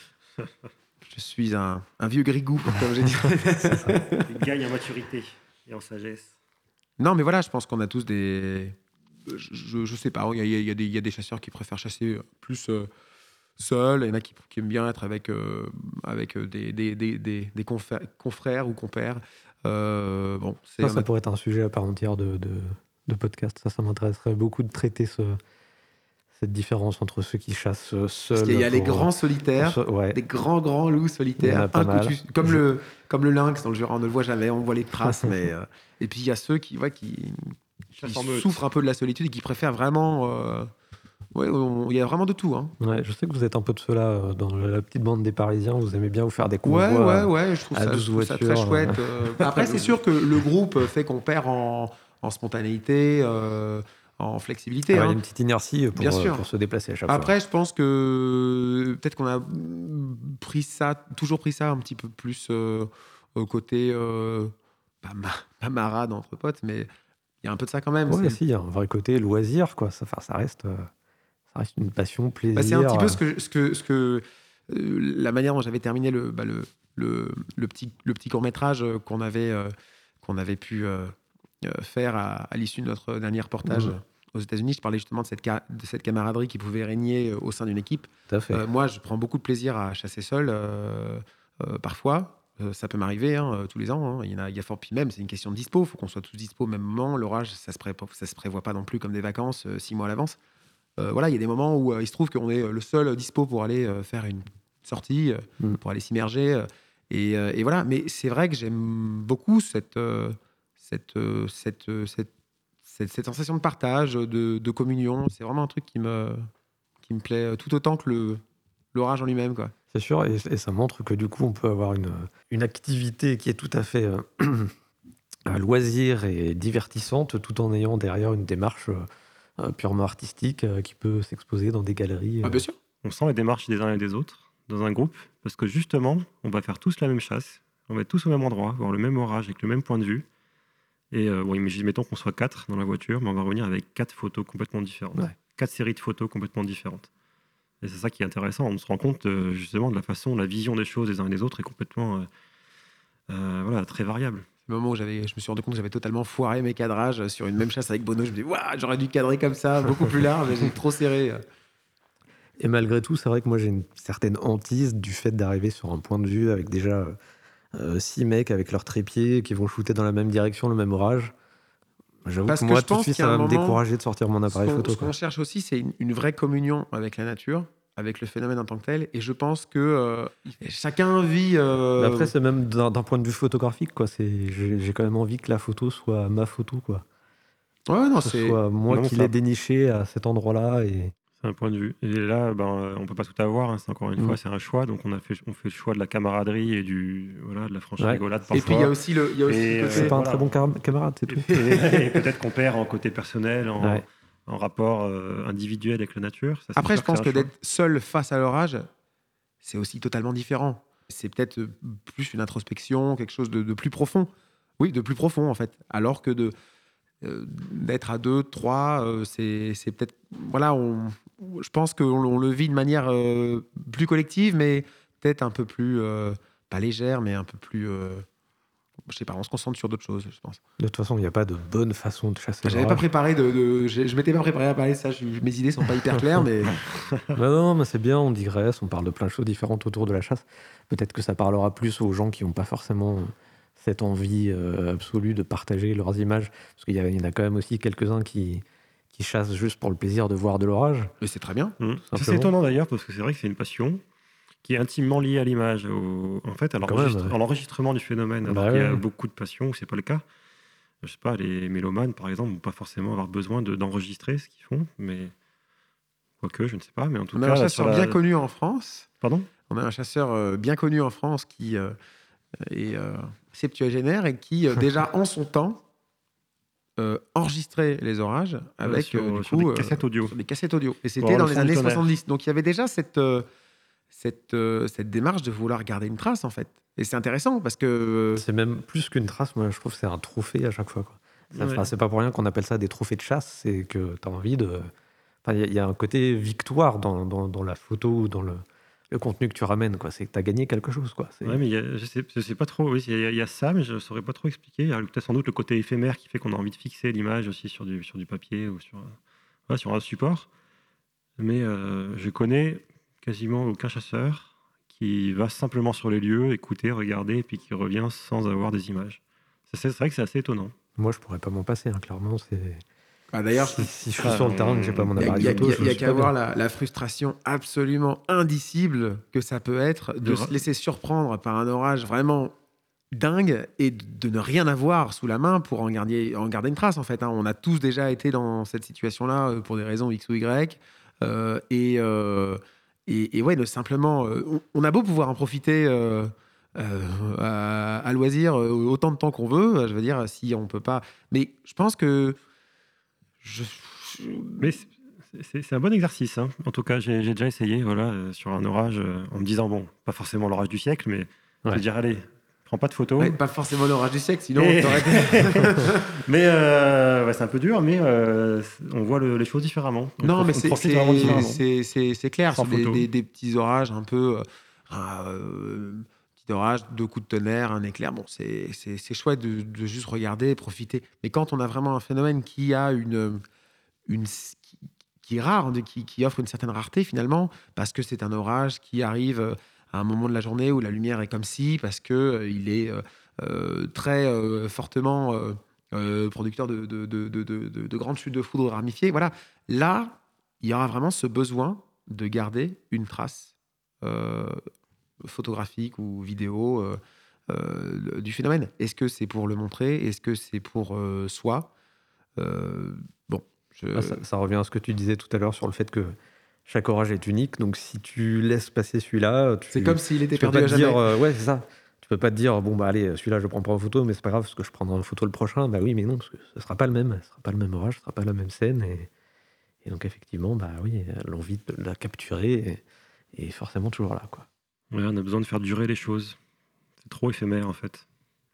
Je suis un, un vieux grigou, comme j'ai dit. Il gagne en maturité et en sagesse. Non, mais voilà, je pense qu'on a tous des. Je, je sais pas, il y a, il y a- il y a des, il y a des chasseurs qui préfèrent chasser plus euh, seuls, il y en a qui, qui aiment bien être avec, euh, avec euh, des, des, des, des, des confrères, confrères ou compères. Euh, bon, c'est, Ça, on ça a- pourrait être un sujet à part entière de, de, de podcast. Ça, ça m'intéresserait beaucoup de traiter ce, cette différence entre ceux qui chassent euh, seuls. Parce qu'il y a les pour- grands solitaires, pour se- ouais. des grands, grands loups Il y en solitaires. a pas Un coup, mal. tu- comme, Je- le, comme le lynx dans le Jura, on ne le voit jamais, on voit les traces. mais, euh, et puis il y a ceux qui, ouais, qui, qui Chasse en meute. souffrent un peu de la solitude et qui préfèrent vraiment. euh, ouais, on- il y a vraiment de tout. Hein. Ouais, je sais que vous êtes un peu de ceux-là euh, dans la petite bande des Parisiens. Vous aimez bien vous faire des convois. Ouais, ouais, euh, ouais, je trouve, à ça, je douze trouve ça très voitures, chouette. euh. Après, c'est sûr que le groupe fait qu'on perd en, en spontanéité, euh, en flexibilité. alors, il y a hein. une petite inertie pour, Bien euh, sûr. pour se déplacer à chaque fois. Après, je pense que peut-être qu'on a mm, pris ça, toujours pris ça un petit peu plus euh, au côté, euh, pas, ma- pas marade entre potes, mais il y a un peu de ça quand même. Ouais, c'est si, il y a un vrai côté loisir, quoi. Ça, enfin, ça, reste, euh, ça reste une passion, plaisir. bah, c'est un petit peu euh, ce que, ce que, ce que euh, la manière dont j'avais terminé le, bah, le, le, le petit, le petit court-métrage euh, qu'on avait, euh, qu'on avait pu euh, euh, faire à, à l'issue de notre dernier reportage Mhm. aux États-Unis. Je parlais justement de cette, ca- de cette camaraderie qui pouvait régner euh, au sein d'une équipe. Tout à fait. Euh, moi, je prends beaucoup de plaisir à chasser seul, euh, euh, parfois. Euh, ça peut m'arriver hein, euh, tous les ans. hein. Il y en a, il y a fort. Puis même, c'est une question de dispo. Il faut qu'on soit tous dispo au même moment. L'orage, ça se pré- ça se prévoit pas non plus comme des vacances euh, six mois à l'avance. Euh, voilà, il y a des moments où euh, il se trouve qu'on est euh, le seul dispo pour aller euh, faire une sortie, euh, Mm. pour aller s'immerger. euh, et, euh, et voilà. Mais c'est vrai que j'aime beaucoup cette, euh, cette, euh, cette, euh, cette, cette, cette sensation de partage, de, de communion. C'est vraiment un truc qui me, qui me plaît tout autant que le, l'orage en lui-même, quoi. C'est sûr, et, et ça montre que du coup, on peut avoir une, une activité qui est tout à fait euh, à loisir et divertissante, tout en ayant derrière une démarche euh, euh, purement artistique euh, qui peut s'exposer dans des galeries. Ah, euh. bien sûr. On sent les démarches des uns et des autres dans un groupe parce que justement, on va faire tous la même chasse, on va être tous au même endroit, voir le même orage avec le même point de vue. Et euh, bon, imagine- mettons qu'on soit quatre dans la voiture, mais on va revenir avec quatre photos complètement différentes, Ouais. quatre séries de photos complètement différentes. Et c'est ça qui est intéressant. On se rend compte euh, justement de la façon, la vision des choses des uns et des autres est complètement, euh, euh, voilà, très variable. Le moment où j'avais, je me suis rendu compte que j'avais totalement foiré mes cadrages sur une même chasse avec Bono. Je me dis, waouh, j'aurais dû cadrer comme ça, beaucoup plus large, mais j'ai trop serré. Et malgré tout, c'est vrai que moi, j'ai une certaine hantise du fait d'arriver sur un point de vue avec déjà euh, six mecs avec leurs trépieds qui vont shooter dans la même direction, le même orage. J'avoue Parce que que moi, je tout de pense suite, qu'il y a ça un va me moment- décourager de sortir mon Ce appareil qu'on, photo. ce quoi. qu'on cherche aussi, c'est une, une vraie communion avec la nature, avec le phénomène en tant que tel. Et je pense que euh, chacun vit. euh, Mais après, c'est même d'un d'un point de vue photographique, quoi. C'est, j'ai, j'ai quand même envie que la photo soit ma photo, quoi. Ouais, non, que ce c'est. soit moi non, qui ça- l'ai déniché à cet endroit-là. Et... C'est un point de vue. Et là, ben, on peut pas tout avoir. Hein. C'est encore une Mm. fois, c'est un choix. Donc, on a fait, on fait le choix de la camaraderie et du, voilà, de la franche Ouais. rigolade Et parfois. puis il y a aussi le, il y a aussi Et, le euh, côté. C'est pas un voilà. très bon car- camarade, c'est tout. Et, et- et peut-être qu'on perd en côté personnel, en, Ouais. en rapport euh, individuel avec la nature. Ça, c'est Après, sûr je pense c'est que un choix. d'être seul face à l'orage, c'est aussi totalement différent. C'est peut-être euh, plus une introspection, quelque chose de, de plus profond. Oui, de plus profond en fait. Alors que de euh, d'être à deux, trois, euh, c'est c'est peut-être voilà. On, je pense qu'on on le vit de manière euh, plus collective, mais peut-être un peu plus euh, pas légère, mais un peu plus. Euh, je sais pas. On se concentre sur d'autres choses, je pense. De toute façon, il n'y a pas de bonne façon de chasser J'avais pas l'orage. préparé de, de- je, je m'étais pas préparé à parler de ça. Je- mes idées sont pas hyper claires, mais Bah non, mais c'est bien, on digresse, on parle de plein de choses différentes autour de la chasse. Peut-être que ça parlera plus aux gens qui n'ont pas forcément cette envie euh, absolue de partager leurs images. Parce qu'il y, a- il y en a quand même aussi quelques-uns qui, qui chassent juste pour le plaisir de voir de l'orage. mais c'est très bien. Mmh. Ça, C'est simplement. étonnant d'ailleurs, parce que c'est vrai que c'est une passion qui est intimement liée à l'image, au- en fait, à Quand l'enregistre- même, ouais. à l'enregistrement du phénomène. Alors Bah qu'il y a ouais. beaucoup de passions où c'est pas le cas. Je sais pas, les mélomanes, par exemple, vont pas forcément avoir besoin de- d'enregistrer ce qu'ils font, mais quoique, je ne sais pas. Mais en tout On a cas, un là, chasseur sur la- bien connu en France. Pardon. On a un chasseur euh, bien connu en France qui euh, est euh, septuagénaire et qui, euh, déjà en son temps, euh, enregistrait les orages avec sur- euh, du sur coup, des euh, cassettes audio. sur des cassettes audio. Et Pour c'était avoir dans le les son du années tonnerre. soixante-dix. Donc il y avait déjà cette, euh, cette, euh, cette démarche de vouloir garder une trace, en fait. Et c'est intéressant parce que. C'est même plus qu'une trace, moi je trouve que c'est un trophée à chaque fois. Quoi. Ça, Ouais. enfin, c'est pas pour rien qu'on appelle ça des trophées de chasse, c'est que tu as envie de. Enfin, il y a- il y, a un côté victoire dans, dans, dans la photo ou dans le, le contenu que tu ramènes. Quoi. C'est que tu as gagné quelque chose. Quoi. C'est- Ouais, mais il y a- je sais, je sais pas trop. Oui, il y, a- il y a ça, mais je saurais pas trop expliquer. Il y a peut-être sans doute le côté éphémère qui fait qu'on a envie de fixer l'image aussi sur du, sur du papier ou sur, ouais, sur un support. Mais euh, je connais quasiment aucun chasseur qui va simplement sur les lieux, écouter, regarder, et puis qui revient sans avoir des images. Ça, C'est c'est vrai que c'est assez étonnant. Moi je pourrais pas m'en passer, hein, clairement. C'est... Ah, d'ailleurs, Si, si je suis Ah, sur le terrain, que j'ai pas mon il y a, appareil il y a- photo, il y a- je il y a suis qu'à pas bien. voir la, la frustration absolument indicible que ça peut être de De se ra- laisser surprendre par un orage vraiment dingue et de, de ne rien avoir sous la main pour en garder, en garder une trace, en fait. Hein. On a tous déjà été dans cette situation-là euh, pour des raisons X ou Y. Euh, et, euh, et, et ouais, de simplement... euh, on, on a beau pouvoir en profiter... euh, euh, à, à loisir euh, autant de temps qu'on veut, je veux dire, si on peut pas... Mais je pense que... Je, je- Mais c'est- c'est c'est un bon exercice. Hein. En tout cas, j'ai j'ai déjà essayé voilà, euh, sur un orage euh, en me disant, bon, pas forcément l'orage du siècle, mais je Ouais. vais dire, allez, prends pas de photos. Ouais, pas forcément l'orage du siècle, sinon Et- on t'aurait été- mais euh, ouais, c'est un peu dur, mais euh, on voit le- les choses différemment. On Non, prof- mais on c'est profite vraiment c'est- différemment. c'est- c'est- c'est clair, Sans sur des, photo. des- des petits orages un peu... euh, euh, petit orage, deux coups de tonnerre, un éclair, bon, c'est c'est- c'est chouette de, de juste regarder, profiter. Mais quand on a vraiment un phénomène qui a une... une qui, qui est rare, de- qui, qui offre une certaine rareté finalement, parce que c'est un orage qui arrive euh, à un moment de la journée où la lumière est comme si, parce que euh, il est euh, euh, très euh, fortement euh, euh, producteur de, de, de, de, de- de- de grandes chutes de foudre ramifiées. Voilà, là, il y aura vraiment ce besoin de garder une trace euh, photographique ou vidéo euh, euh, du phénomène. Est-ce que c'est pour le montrer? Est-ce que c'est pour euh, soi? Euh, Bon, je... Ah, ça, ça revient à ce que tu disais tout à l'heure sur le fait que chaque orage est unique. Donc si tu laisses passer celui-là, tu, c'est comme s'il était tu peux perdu pas à te jamais. dire, euh, ouais, c'est ça. Tu peux pas te dire, bon bah allez, celui-là je prends pas en photo, mais c'est pas grave parce que je prendrai en photo le prochain. Bah oui, mais non, parce que ce sera pas le même, ce sera pas le même orage, ce sera pas la même scène. Et, et donc effectivement, bah oui, l'envie de la capturer est, est forcément toujours là, quoi. Ouais, on a besoin de faire durer les choses. C'est trop éphémère en fait.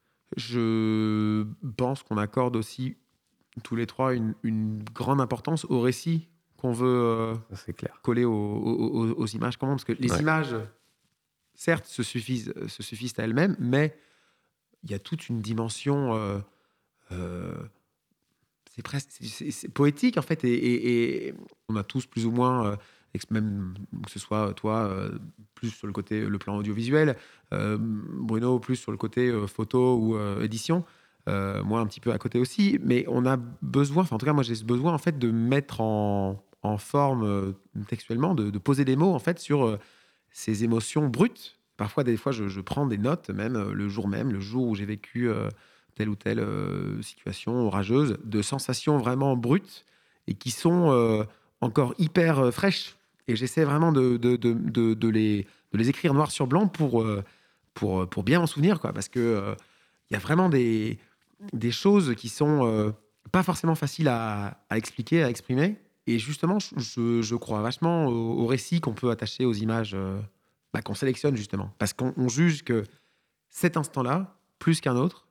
Je pense qu'on accorde aussi tous les trois une, une grande importance au récit qu'on veut euh, Ça c'est clair. coller aux, aux- aux- aux images. Comment? Parce que les Ouais. images, certes, se suffisent, se suffisent à elles-mêmes, mais il y a toute une dimension. euh, euh, c'est presque c'est- c'est- c'est poétique en fait, et, et- et on a tous plus ou moins, euh, ex- même que ce soit toi euh, plus sur le côté le plan audiovisuel, euh, Bruno plus sur le côté euh, photo ou euh, édition, euh, moi un petit peu à côté aussi, mais on a besoin, enfin en tout cas moi j'ai ce besoin en fait de mettre en, en forme euh, textuellement, de, de poser des mots en fait sur euh, ces émotions brutes. Parfois des fois je, je prends des notes même euh, le jour même, le jour où j'ai vécu euh, telle ou telle euh, situation orageuse, de sensations vraiment brutes et qui sont euh, encore hyper euh, fraîches. Et j'essaie vraiment de, de, de, de, de, les, de les écrire noir sur blanc pour, euh, pour, pour bien m'en souvenir, quoi, parce qu'il euh, y a vraiment des, des choses qui sont euh, pas forcément faciles à, à expliquer, à exprimer. Et justement, je, je crois vachement au, au récit qu'on peut attacher aux images euh, bah, qu'on sélectionne, justement. Parce qu'on on juge que cet instant-là, plus qu'un autre,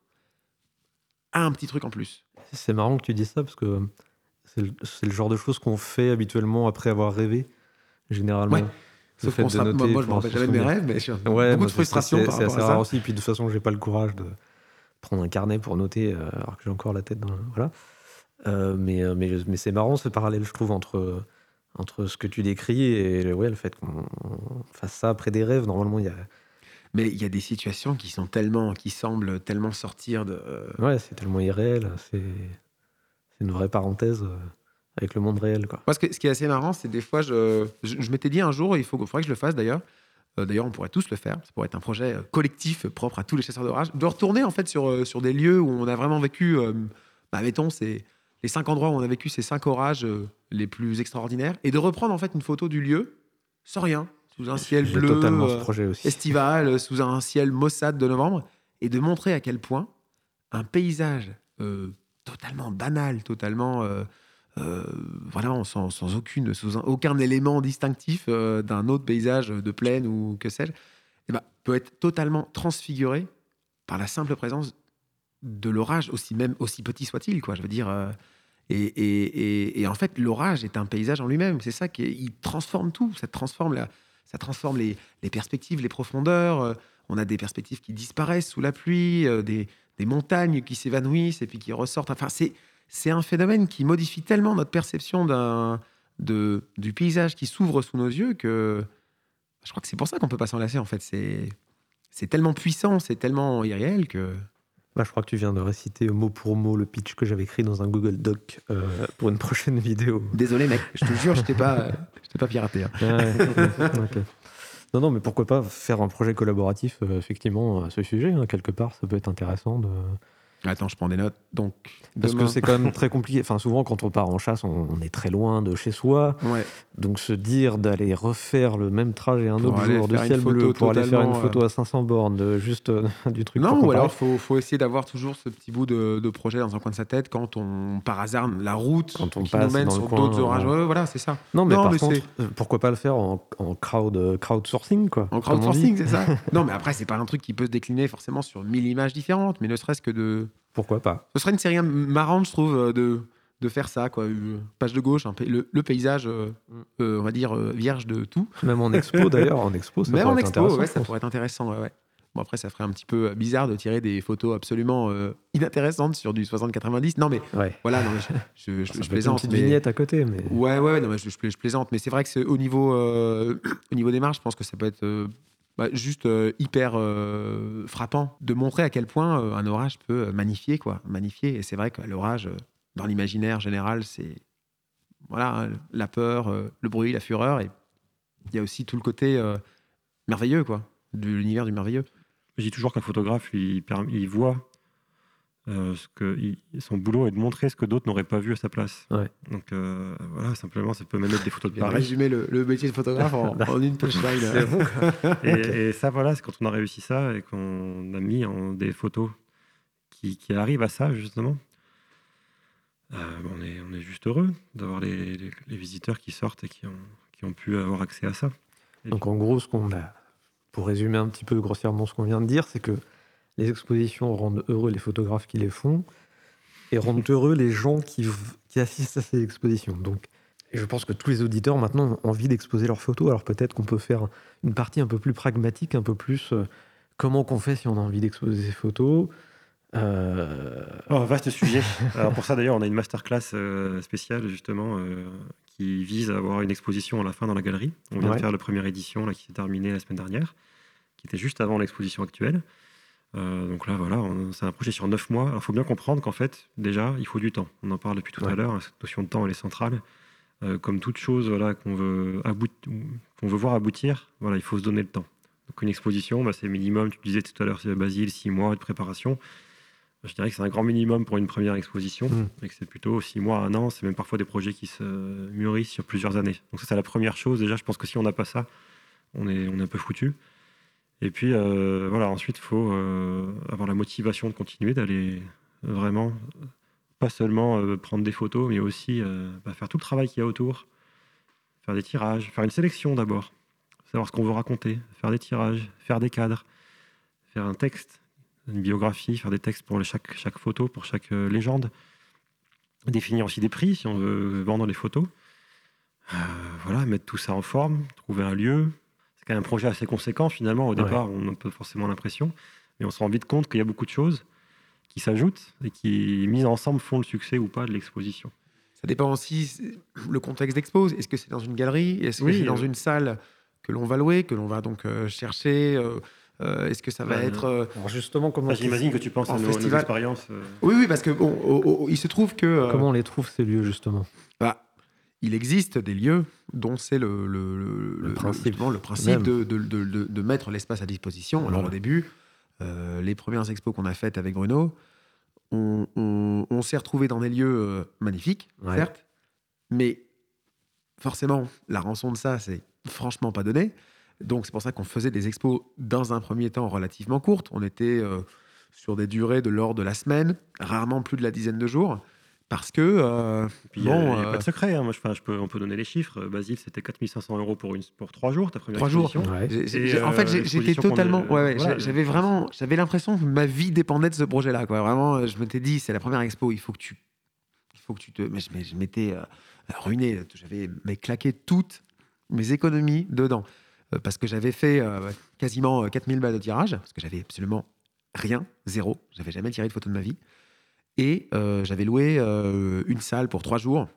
a un petit truc en plus. C'est marrant que tu dises ça, parce que c'est le, c'est le genre de choses qu'on fait habituellement après avoir rêvé, généralement. Ouais. Le Sauf fait qu'on de sera- noter moi, moi, je pour me rappelle se jamais de mes souvenir. rêves, mais j'ai Ouais, beaucoup moi, de c'est- frustration c'est, par c'est rapport assez à rare ça. aussi. Puis de toute façon, j'ai pas le courage de prendre un carnet pour noter, euh, alors que j'ai encore la tête dans le- voilà. Euh, mais, euh, mais, mais c'est marrant ce parallèle, je trouve, entre, entre ce que tu décris et le- ouais, le fait qu'on on fasse ça après des rêves. Normalement, il y a. Mais il y a des situations qui sont tellement, qui semblent tellement sortir de. euh, Ouais, c'est tellement irréel. C'est, c'est une vraie parenthèse euh, avec le monde réel, quoi. Moi, ce, que- ce qui est assez marrant, c'est des fois, je, je, je m'étais dit un jour, il faut, faudrait que je le fasse d'ailleurs. Euh, d'ailleurs, on pourrait tous le faire. Ça pourrait être un projet euh, collectif euh, propre à tous les chasseurs d'orage. De retourner en fait sur, euh, sur des lieux où on a vraiment vécu. Euh, bah, mettons, c'est les cinq endroits où on a vécu ces cinq orages euh, les plus extraordinaires, et de reprendre en fait une photo du lieu sans rien, sous un ciel J'ai bleu, totalement ce euh, projet aussi. estival, euh, sous un ciel maussade de novembre, et de montrer à quel point un paysage euh, totalement banal, totalement euh, euh, vraiment sans, sans aucune, sous un- aucun élément distinctif euh, d'un autre paysage de plaine ou que sais-je, eh ben, peut être totalement transfiguré par la simple présence de l'orage, aussi même aussi petit soit-il, quoi. Je veux dire. euh, et, et, et, et en fait, l'orage est un paysage en lui-même. C'est ça qui est- il transforme tout. Ça transforme la, ça transforme les, les perspectives, les profondeurs. Euh, on a des perspectives qui disparaissent sous la pluie, euh, des, des montagnes qui s'évanouissent et puis qui ressortent. Enfin, c'est c'est un phénomène qui modifie tellement notre perception d'un de, du paysage qui s'ouvre sous nos yeux que je crois que c'est pour ça qu'on peut pas s'en lasser. En fait, c'est c'est tellement puissant, c'est tellement irréel que. Là, je crois que tu viens de réciter mot pour mot le pitch que j'avais écrit dans un Google Doc euh, pour une prochaine vidéo. Désolé, mec. Je te jure, je t'ai pas, je t'ai pas piraté. hein. Ouais, ok. Non, non, mais pourquoi pas faire un projet collaboratif, euh, effectivement, à ce sujet, hein, quelque part, ça peut être intéressant de... Attends, je prends des notes. Donc, Parce demain- que c'est quand même très compliqué. Enfin, souvent, quand on part en chasse, on, on est très loin de chez soi. Ouais. Donc, se dire d'aller refaire le même trajet un Pour autre aller jour de faire une ciel photo bleu pour aller faire une totalement, photo à cinq cents bornes, de, juste euh, du truc Non, pour ou comparer. alors faut, faut essayer d'avoir toujours ce petit bout de, de projet dans un coin de sa tête quand on, par hasard, la route Quand on qui passe nous mène dans le sur coin, d'autres orages. ouais. Ouais, voilà, c'est ça. Non, mais Non, par mais contre, c'est- euh, pourquoi pas le faire en, en crowd, euh, crowdsourcing, quoi. En comme on crowdsourcing, dit. c'est ça. Non, mais après, c'est pas un truc qui peut se décliner forcément sur mille images différentes, mais ne serait-ce que de. Pourquoi pas. Ce serait une série marrante, je trouve, euh, de, de faire ça, quoi. Une page de gauche, un pa- le, le paysage, euh, euh, on va dire, euh, vierge de tout. Même en expo, d'ailleurs, en expo, ça Même pourrait en être expo, intéressant, ouais, je ça pense. pourrait être intéressant. Ouais, ouais. Bon, après, ça ferait un petit peu bizarre de tirer des photos absolument euh, inintéressantes sur du soixante quatre-vingt-dix. Non, mais Ouais. voilà, non, mais je, je, je, Ça je peut être une plaisante. petite mais- vignette à côté, mais... Ouais, ouais, ouais, non, mais je, je, pla- je plaisante. Mais c'est vrai que c'est, au niveau, euh, au niveau des marges, je pense que ça peut être euh, bah, juste euh, hyper euh, frappant de montrer à quel point euh, un orage peut euh, magnifier, quoi. Magnifier. Et c'est vrai que l'orage, euh, dans l'imaginaire général, c'est voilà, hein, la peur, euh, le bruit, la fureur. Et il y a aussi tout le côté euh, merveilleux, quoi, de l'univers du merveilleux. Je dis toujours qu'un photographe, il, perm- il voit euh, ce que, il- son boulot est de montrer ce que d'autres n'auraient pas vu à sa place. Ouais. Donc euh, voilà, simplement, ça peut même être des photos de Je vais Paris. résumer le, le métier de photographe en, en une punchline. C'est bon, quoi. Et, et ça, voilà, c'est quand on a réussi ça et qu'on a mis en des photos qui, qui arrivent à ça, justement. Euh, on, est, on est juste heureux d'avoir les, les- les visiteurs qui sortent et qui ont, qui ont pu avoir accès à ça. Donc en gros, ce qu'on a, pour résumer un petit peu grossièrement ce qu'on vient de dire, c'est que les expositions rendent heureux les photographes qui les font et rendent heureux les gens qui, v- qui assistent à ces expositions. Donc, et je pense que tous les auditeurs maintenant ont envie d'exposer leurs photos. Alors peut-être qu'on peut faire une partie un peu plus pragmatique, un peu plus euh, comment qu'on fait si on a envie d'exposer ses photos. Euh, Oh, vaste sujet. Alors pour ça, d'ailleurs, on a une masterclass euh, spéciale, justement, euh, qui vise à avoir une exposition à la fin dans la galerie. On vient Ouais. de faire la première édition là, qui s'est terminée la semaine dernière, qui était juste avant l'exposition actuelle. Euh, donc là, voilà, on- c'est un projet sur neuf mois. Il faut bien comprendre qu'en fait, déjà, il faut du temps. On en parle depuis tout Ouais. à l'heure. hein, Cette notion de temps, elle est centrale. Euh, comme toute chose voilà, qu'on veut, about- qu'on veut voir aboutir, voilà, il faut se donner le temps. Donc une exposition, bah, c'est minimum, tu disais tout à l'heure, c'est Basile, six mois de préparation. Je dirais que c'est un grand minimum pour une première exposition, Mm. et que c'est plutôt six mois, un an, c'est même parfois des projets qui se mûrissent sur plusieurs années. Donc ça, c'est la première chose. Déjà, je pense que si on n'a pas ça, on est, on est un peu foutu. Et puis, euh, voilà, ensuite, il faut euh, avoir la motivation de continuer, d'aller vraiment, pas seulement euh, prendre des photos, mais aussi euh, bah, faire tout le travail qu'il y a autour, faire des tirages, faire une sélection d'abord, savoir ce qu'on veut raconter, faire des tirages, faire des cadres, faire un texte, une biographie, faire des textes pour chaque, chaque photo, pour chaque euh, légende, définir aussi des prix si on veut vendre les photos. Euh, voilà, mettre tout ça en forme, trouver un lieu. C'est quand même un projet assez conséquent finalement. Au Ouais. départ, on n'a pas forcément l'impression, mais on se rend vite compte qu'il y a beaucoup de choses qui s'ajoutent et qui, mises ensemble, font le succès ou pas de l'exposition. Ça dépend aussi c'est- le contexte d'expose. Est-ce que c'est dans une galerie? Est-ce que Oui, c'est dans euh, une salle que l'on va louer, que l'on va donc euh, chercher euh, euh, Est-ce que ça va Euh, être... euh, Alors justement, comment, Enfin, J'imagine que tu penses en à nos, nos festival. expériences. euh, Oui, oui, parce que bon, oh, oh, il se trouve que... euh, comment on les trouve ces lieux justement? bah, il existe des lieux dont c'est le, le, le, Le principe justement, le principe même. de, de, de, de- de mettre l'espace à disposition. Alors Voilà. au début, euh, les premières expos qu'on a faites avec Bruno, on, on- on s'est retrouvé dans des lieux euh, magnifiques, Ouais. certes, mais forcément, la rançon de ça, c'est franchement pas donné. Donc c'est pour ça qu'on faisait des expos dans un premier temps relativement courtes. On était euh, sur des durées de l'ordre de la semaine, rarement plus de la dizaine de jours, parce que euh, et puis, il n'y bon, a, euh, pas de secret. hein. Moi, je, enfin, je peux, on peut donner les chiffres. Euh, Basile, c'était quatre mille cinq cents euros pour, une, pour trois jours, ta première trois jours. exposition. Ouais. J'ai- j'ai- Et, j'ai- en fait, euh, j'ai- j'étais l'exposition qu'on totalement. est- Ouais, ouais, voilà, j'ai- j'avais je vraiment, j'avais l'impression que ma vie dépendait de ce projet-là. Quoi. Vraiment, euh, je m'étais dit, c'est la première expo, il faut que tu, il faut que tu te. Mais je, mais je m'étais euh, ruiné. J'avais mais claqué toutes mes économies dedans Euh, parce que j'avais fait euh, quasiment euh, quatre mille balles de tirage parce que j'avais absolument rien, zéro. J'avais jamais tiré de photo de ma vie et euh, j'avais loué euh, une salle pour trois jours.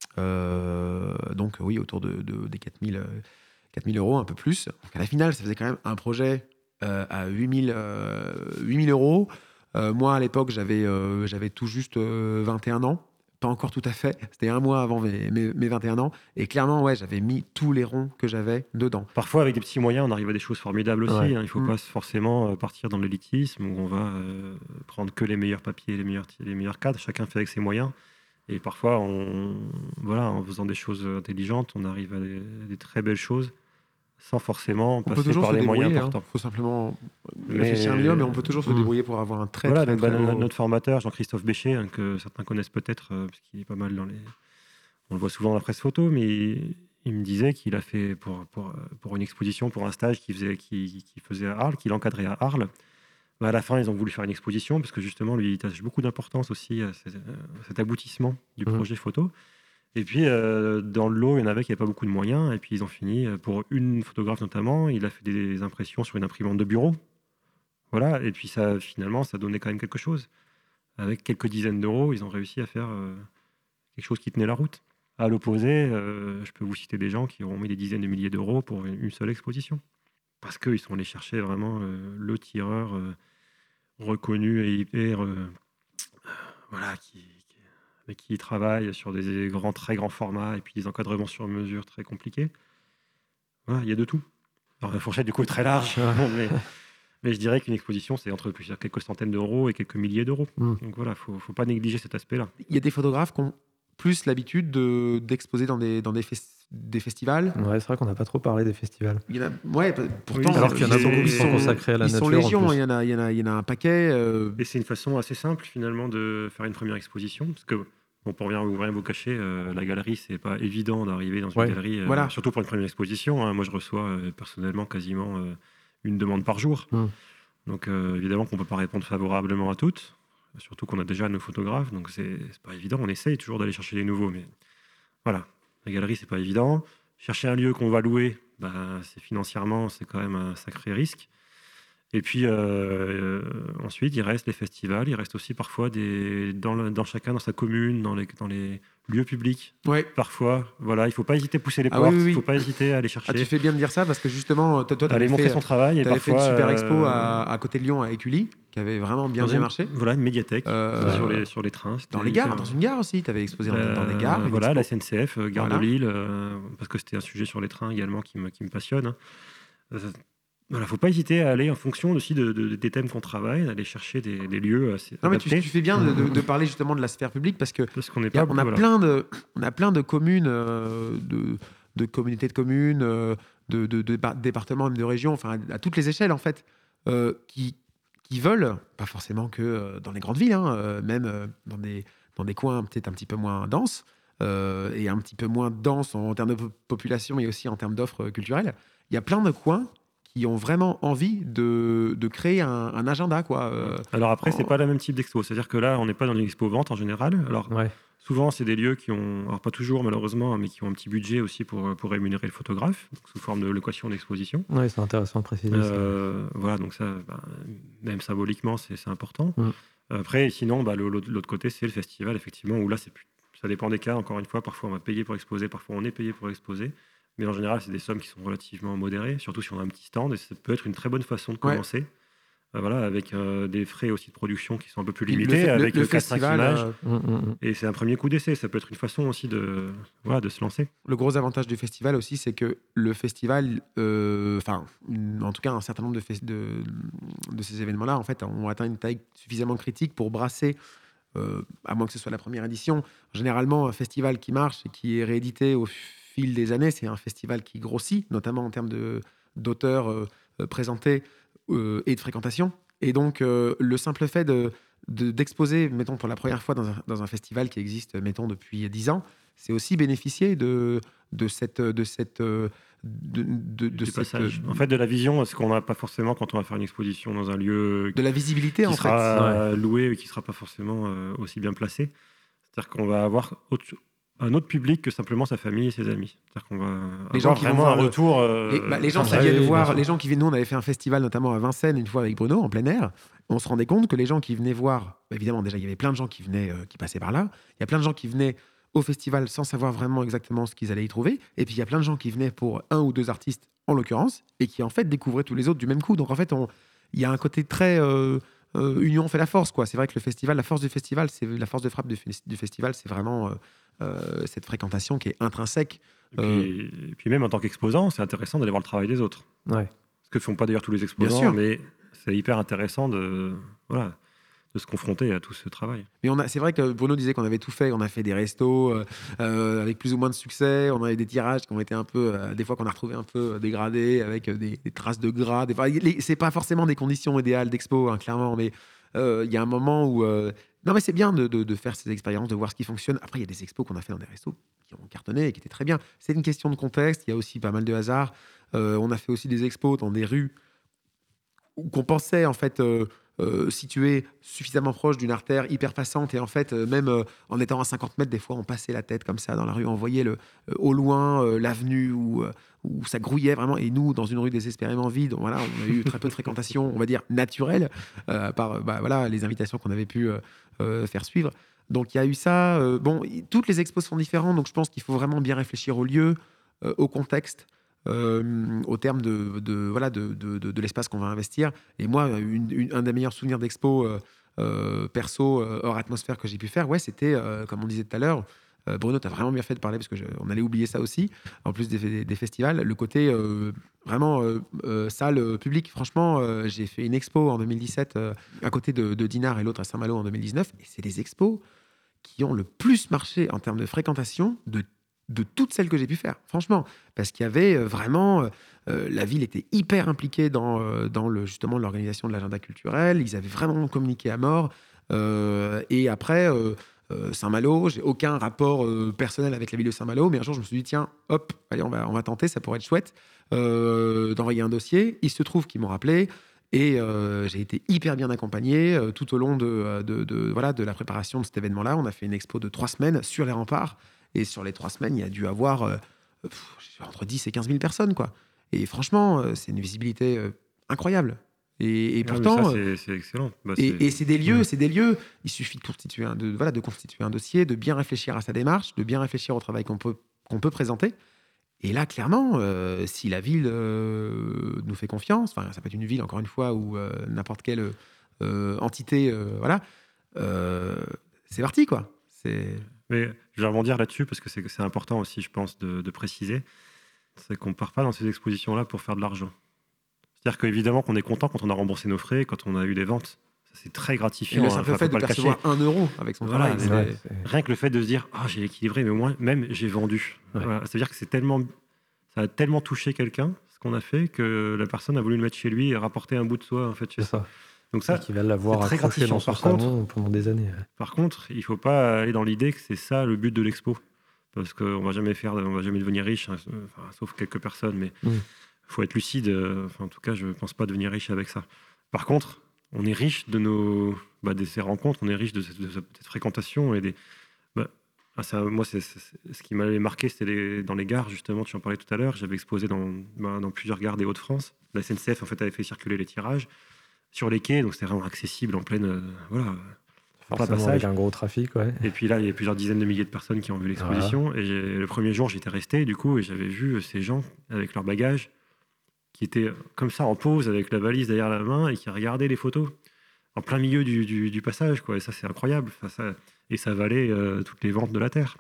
Euh, donc oui, autour de, de- des quatre mille, euh, quatre mille euros, un peu plus. Donc à la finale, ça faisait quand même un projet euh, à huit mille, euh, huit mille euros. Euh, moi, à l'époque, j'avais euh, j'avais tout juste euh, vingt et un ans. Pas encore tout à fait. C'était un mois avant mes, mes, mes vingt et un ans. Et clairement, ouais, j'avais mis tous les ronds que j'avais dedans. Parfois, avec des petits moyens, on arrive à des choses formidables aussi. Ouais. hein. Il ne faut Mm. pas forcément euh, partir dans l'élitisme où on va euh, prendre que les meilleurs papiers, les meilleurs, les meilleurs cadres. Chacun fait avec ses moyens. Et parfois, on, voilà, en faisant des choses intelligentes, on arrive à des, des très belles choses sans forcément On peut passer toujours par se les moyens débrouiller. Il importants. faut simplement Mais- réfléchir un minimum, mais on peut toujours se Mm. débrouiller pour avoir un très, Voilà, très, donc, très bah, beau- notre formateur, Jean-Christophe Béchet, hein, que certains connaissent peut-être, euh, parce qu'il est pas mal dans les... On le voit souvent dans la presse photo, mais il, il me disait qu'il a fait pour, pour, pour une exposition, pour un stage qu'il faisait, qu'il, qu'il faisait à Arles, qu'il encadrait à Arles. Bah, à la fin, ils ont voulu faire une exposition, parce que justement, lui, il attache beaucoup d'importance aussi à cet, à cet aboutissement du Mhm. projet photo. Et puis, euh, dans le lot, il y en avait qui n'avaient pas beaucoup de moyens, et puis ils ont fini, euh, pour une photographe notamment, il a fait des impressions sur une imprimante de bureau. Voilà, et puis ça, finalement, ça donnait quand même quelque chose. Avec quelques dizaines d'euros, ils ont réussi à faire euh, quelque chose qui tenait la route. À l'opposé, euh, je peux vous citer des gens qui auront mis des dizaines de milliers d'euros pour une, une seule exposition. Parce qu'ils sont allés chercher vraiment euh, le tireur euh, reconnu et hyper... euh, voilà, qui, qui- avec qui ils travaillent sur des grands, très grands formats et puis des encadrements sur mesure très compliqués. Voilà, il y a de tout. Alors, la fourchette, du coup, est très large. mais, mais je dirais qu'une exposition, c'est entre plusieurs, quelques centaines d'euros et quelques milliers d'euros. Mm. Donc voilà, il ne faut, faut pas négliger cet aspect-là. Il y a des photographes qui ont plus l'habitude de, d'exposer dans des, dans des, fes- des festivals. Ouais, c'est vrai qu'on n'a pas trop parlé des festivals. Il y en a, ouais, p- pourtant, Oui, alors qu'il y en a ils beaucoup qui ils sont consacrés à la ils sont nature, en légion, plus. il y en a, il y en a, il y en a un paquet. euh, Et c'est une façon assez simple, finalement, de faire une première exposition. Parce que, bon, pour rien vous, rien vous cacher, euh, la galerie, c'est pas évident d'arriver dans une Ouais, galerie, euh, voilà. surtout pour une première exposition. hein. Moi, je reçois euh, personnellement quasiment euh, une demande par jour. Mm. Donc, euh, évidemment qu'on ne peut pas répondre favorablement à toutes. Surtout qu'on a déjà nos photographes. Donc, c'est c'est pas évident. On essaye toujours d'aller chercher les nouveaux. Mais voilà, la galerie, c'est pas évident. Chercher un lieu qu'on va louer, bah, c'est financièrement, c'est quand même un sacré risque. Et puis euh, euh, ensuite, il reste les festivals, il reste aussi parfois des, dans, le- dans chacun, dans sa commune, dans les, dans les lieux publics. Ouais. Parfois, voilà, il ne faut pas hésiter à pousser les Ah portes, oui, il oui, ne faut oui. pas hésiter à aller Ah, chercher, tu fais bien de dire ça parce que justement, toi, toi, à aller t'avais montrer fait, son travail. Et t'avais fait une parfois, super euh, expo à, à côté de Lyon à Écully, qui avait vraiment bien dans bien une- marché. Voilà, une médiathèque Euh, sur, les, sur les trains. Dans C'était les gares, hyper- dans une gare aussi, tu avais exposé dans, dans des Euh, gares. une voilà, la expo. S N C F, euh, Gare Voilà. de Lille, euh, parce que c'était un sujet sur les trains également qui me, qui me passionne. hein. Euh, Voilà, faut pas hésiter à aller en fonction aussi de, de- des thèmes qu'on travaille, d'aller chercher des, des lieux assez Non, mais tu, adaptés, tu fais bien de, de- de parler justement de la sphère publique parce que parce qu'on n'est y a- pas on, a voilà. plein de, on a plein de communes, euh, de, de communautés de communes, euh, de, de- de bar- départements, même de régions, enfin à, à toutes les échelles en fait, euh, qui, qui veulent, pas forcément que euh, dans les grandes villes, hein, euh, même euh, dans, des, dans des coins peut-être un petit peu moins denses, euh, et un petit peu moins denses en, termes de po- population et aussi en termes d'offres culturelles, il y a plein de coins qui ont vraiment envie de, de créer un, un agenda, quoi. euh, Alors après, c'est en- pas le même type d'expo. C'est-à-dire que là, on n'est pas dans une expo vente en général. Alors Ouais. souvent, c'est des lieux qui ont, alors pas toujours malheureusement, mais qui ont un petit budget aussi pour, pour rémunérer le photographe, donc sous forme de location d'exposition. Ouais, c'est intéressant de préciser ça. Euh, voilà, donc ça, bah, même symboliquement, c'est c'est important. Mm. Après, sinon, bah, le- l'autre l'autre côté, c'est le festival, effectivement, où là, c'est plus- ça dépend des cas. Encore une fois, parfois on va payer pour exposer, parfois on est payé pour exposer. Mais en général, c'est des sommes qui sont relativement modérées, surtout si on a un petit stand, et ça peut être une très bonne façon de Ouais. commencer. Euh, voilà, avec euh, des frais aussi de production qui sont un peu plus Puis le limités, fe- le- avec le quatre cinq festival, images. euh, Mm, mm, mm. Et c'est un premier coup d'essai. Ça peut être une façon aussi de, voilà, de se lancer. le gros avantage du festival aussi, c'est que le festival, euh, enfin, une- en tout cas, un certain nombre de, fes- de, de ces événements-là, en fait, ont atteint une taille suffisamment critique pour brasser, euh, à moins que ce soit la première édition. Généralement, un festival qui marche et qui est réédité au fil des années, c'est un festival qui grossit, notamment en termes de, d'auteurs euh, euh, présentés euh, et de fréquentation. Et donc, euh, le simple fait de, de- d'exposer, mettons, pour la première fois dans un, dans un festival qui existe, mettons, depuis dix ans, c'est aussi bénéficier de, de cette... De cette euh, de, de, de Du cette- passage. En fait, de la vision, ce qu'on n'a pas forcément quand on va faire une exposition dans un lieu de la visibilité, qui en fait. sera loué et qui ne sera pas forcément euh, aussi bien placé. C'est-à-dire qu'on va avoir autre- un autre public que simplement sa famille et ses amis. C'est-à-dire qu'on va Les gens avoir qui vont vraiment voir un le- retour. euh, Les, bah, les gens qui enfin, viennent oui, bien voir, sûr. les gens qui viennent, nous on avait fait un festival notamment à Vincennes une fois avec Bruno en plein air. On se rendait compte que les gens qui venaient voir, bah, évidemment déjà il y avait plein de gens qui venaient, euh, qui passaient par là. Il y a plein de gens qui venaient au festival sans savoir vraiment exactement ce qu'ils allaient y trouver. Et puis il y a plein de gens qui venaient pour un ou deux artistes en l'occurrence et qui en fait découvraient tous les autres du même coup. Donc en fait on- il y a un côté très euh, euh, union fait la force, quoi. C'est vrai que le festival, la force du festival, c'est la force de frappe du, fe- du festival, c'est vraiment euh, euh, cette fréquentation qui est intrinsèque. Et puis, et puis même en tant qu'exposant, c'est intéressant d'aller voir le travail des autres. Ouais. Ce que font pas d'ailleurs tous les Bien exposants, sûr. mais c'est hyper intéressant de, voilà, de se confronter à tout ce travail. Mais on a, c'est vrai que Bruno disait qu'on avait tout fait. On a fait des restos euh, euh, avec plus ou moins de succès. On avait des tirages qui ont été un peu, euh, des fois qu'on a retrouvé un peu euh, dégradés avec euh, des, des traces de gras. Des fois, les- c'est pas forcément des conditions idéales d'expo, hein, clairement. Mais euh, il y a un moment où, euh, non, mais c'est bien de, de- de faire ces expériences, de voir ce qui fonctionne. Après, il y a des expos qu'on a fait dans des restos qui ont cartonné et qui étaient très bien. C'est une question de contexte. Il y a aussi pas mal de hasard. Euh, on a fait aussi des expos dans des rues où- qu'on pensait en fait euh, euh, situées suffisamment proche d'une artère hyper passante et en fait euh, même euh, en étant à cinquante mètres des fois on passait la tête comme ça dans la rue, on voyait le, euh, au loin euh, l'avenue où, euh, où ça grouillait vraiment et nous dans une rue désespérément vide, on, voilà, on a eu très peu de fréquentation on va dire naturelle euh, par euh, bah, voilà, les invitations qu'on avait pu euh, euh, faire suivre. Donc il y a eu ça. euh, bon, y- toutes les expos sont différentes, donc je pense qu'il faut vraiment bien réfléchir au lieu, euh, au contexte, euh, au terme de, de, voilà, de, de, de- de l'espace qu'on va investir. Et moi, une- une- un des meilleurs souvenirs d'expo euh, euh, perso, euh, hors atmosphère que j'ai pu faire, ouais, c'était, euh, comme on disait tout à l'heure, euh, Bruno, tu as vraiment bien fait de parler parce qu'on allait oublier ça aussi, en plus des, des- des festivals, le côté euh, vraiment euh, euh, salle euh, publique. Franchement, euh, j'ai fait une expo en deux mille dix-sept, euh, à côté de, de Dinard et l'autre à Saint-Malo en deux mille dix-neuf, et c'est des expos qui ont le plus marché en termes de fréquentation de, de toutes celles que j'ai pu faire, franchement. Parce qu'il y avait euh, vraiment... euh, euh, la ville était hyper impliquée dans, euh, dans le, justement l'organisation de l'agenda culturel. Ils avaient vraiment communiqué à mort. Euh, et après, euh, euh, Saint-Malo, j'ai aucun rapport euh, personnel avec la ville de Saint-Malo, mais un jour, je me suis dit, tiens, hop, allez, on va, on va tenter, ça pourrait être chouette euh, d'envoyer un dossier. Il se trouve qu'ils m'ont rappelé. Et euh, j'ai été hyper bien accompagné euh, tout au long de, de, de, voilà, de la préparation de cet événement-là. On a fait une expo de trois semaines sur les remparts. Et sur les trois semaines, il y a dû avoir euh, pff, entre dix et quinze mille personnes, quoi. Et franchement, euh, c'est une visibilité euh, incroyable. Et, et Ah, mais pourtant, ça, c'est c'est excellent. Bah, et, c'est- et c'est des lieux, Ouais. c'est des lieux. Il suffit de constituer un, de, voilà, de constituer un dossier, de bien réfléchir à sa démarche, de bien réfléchir au travail qu'on peut, qu'on peut présenter. Et là, clairement, euh, si la ville euh, nous fait confiance, enfin, ça peut être une ville, encore une fois, ou euh, n'importe quelle euh, entité, euh, voilà, euh, c'est parti, quoi. C'est... Mais je vais rebondir là-dessus parce que c'est c'est important aussi, je pense, de, de préciser. C'est qu'on ne part pas dans ces expositions-là pour faire de l'argent. C'est-à-dire qu'évidemment qu'on est content quand on a remboursé nos frais, quand on a eu des ventes. Ça, c'est très Et gratifiant. le hein, simple enfin, fait faut de pas le percevoir cacher. un euro avec son Voilà, travail. mais- c'est- Ouais, c'est- Rien que le fait de se dire ah j'ai équilibré, mais au moins même j'ai vendu. Ouais. Voilà. Ça veut dire que c'est tellement, ça a tellement touché quelqu'un ce qu'on a fait que la personne a voulu le mettre chez lui et rapporter un bout de soi en fait chez c'est soi. ça. Donc ça, Et qui va l'avoir c'est très accroché dans gratifiant. son Par contre- salon pendant des années. ouais. par contre, il faut pas aller dans l'idée que c'est ça le but de l'expo, parce qu'on va jamais faire, on va jamais devenir riche, hein, enfin, sauf quelques personnes, mais il Mm. faut être lucide. euh, Enfin, en tout cas, je pense pas devenir riche avec ça. Par contre, on est riche de nos, bah, de ces rencontres, on est riche de cette, de cette fréquentation et des. Bah, ah, ça, moi, c'est, c'est- c'est- ce qui m'avait marqué, c'était les- dans les gares, justement. Tu en parlais tout à l'heure. J'avais exposé dans, bah, dans plusieurs gares des Hauts-de-France. La S N C F, en fait, avait fait circuler les tirages sur les quais, donc c'était vraiment accessible en pleine, euh, voilà. Forcément passage. avec un gros trafic, ouais. Et puis là, il y a plusieurs dizaines de milliers de personnes qui ont vu l'exposition. Et j'ai- le premier jour, j'étais resté, du coup, et j'avais vu ces gens avec leurs bagages qui étaient comme ça en pause avec la valise derrière la main et qui regardaient les photos en plein milieu du, du- du passage, quoi. Et ça, c'est incroyable. Enfin, ça, et ça valait euh, toutes les ventes de la Terre.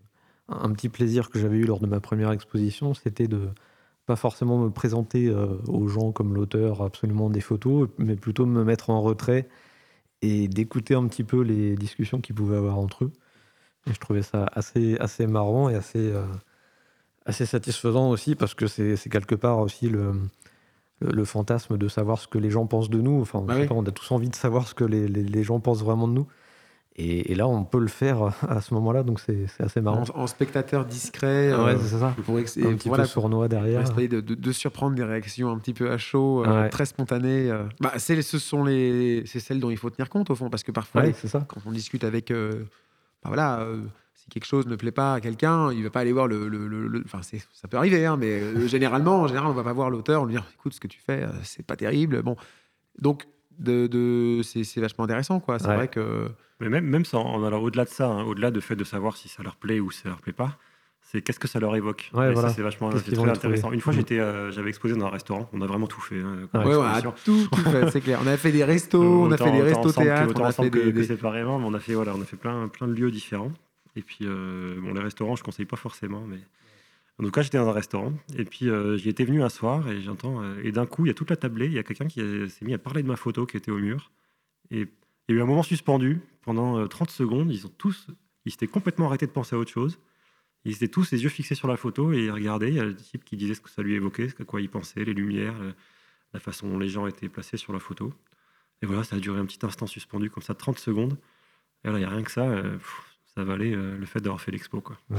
Un petit plaisir que j'avais eu lors de ma première exposition, c'était de pas forcément me présenter euh, aux gens comme l'auteur absolument des photos, mais plutôt de me mettre en retrait et d'écouter un petit peu les discussions qu'ils pouvaient avoir entre eux. Et je trouvais ça assez, assez marrant et assez, euh, assez satisfaisant aussi, parce que c'est c'est quelque part aussi le, le, le fantasme de savoir ce que les gens pensent de nous. Enfin, Bah je sais oui. pas, on a tous envie de savoir ce que les, les- les gens pensent vraiment de nous. Et, et là, on peut le faire à ce moment-là, donc c'est c'est assez marrant. En, en spectateur discret. Ah ouais, euh, c'est ça. pour ex- Un et petit voilà, peu sournois pour derrière. essayer de, de- de surprendre des réactions un petit peu à chaud, euh, Ouais. très spontanées. euh. Bah, c'est, ce sont les, c'est celles dont il faut tenir compte au fond, parce que parfois, Ouais, les- c'est ça. quand on discute avec, euh, bah voilà, euh, si quelque chose ne plaît pas à quelqu'un, il va pas aller voir le, le- le- le- enfin, c'est, ça peut arriver, hein, mais euh, généralement, en général, on va pas voir l'auteur, on lui dire, écoute, ce que tu fais, euh, c'est pas terrible. Bon, donc, de, de- c'est, c'est vachement intéressant, quoi. C'est Ouais. vrai que Mais même, même sans, en allant au-delà de ça, hein, au-delà du fait de savoir si ça leur plaît ou si ça leur plaît pas, c'est qu'est-ce que ça leur évoque. Ouais, et voilà. ça, c'est vachement Qu'est-ce c'est qu'ils vont très y trouver. intéressant. Une fois, Mhm. j'étais, euh, j'avais exposé dans un restaurant. On a vraiment tout fait. hein, comme Ouais. ouais, on a exposition. tout, tout fait, c'est clair. On a fait des restos, Euh, on a autant- fait des autant restos ensemble que- théâtre, autant on a ensemble fait que, des, que des- séparément, mais on a fait, voilà, on a fait plein, plein de lieux différents. Et puis, euh, bon, les restaurants, je ne conseille pas forcément, mais en tout cas, j'étais dans un restaurant. Et puis, euh, j'y étais venu un soir et j'entends, euh, et d'un coup, il y a toute la tablée, il y a quelqu'un qui a- s'est mis à parler de ma photo qui était au mur. Et il y a eu un moment suspendu pendant euh, trente secondes. Ils ont tous, ils s'étaient complètement arrêtés de penser à autre chose. Ils étaient tous les yeux fixés sur la photo et ils regardaient. Il y a le type qui disait ce que ça lui évoquait, ce à quoi il pensait, les lumières, euh, la façon dont les gens étaient placés sur la photo. Et voilà, ça a duré un petit instant suspendu, comme ça, trente secondes. Et là, il n'y a rien que ça. euh, pff, ça valait euh, le fait d'avoir fait l'expo, quoi. Ouais.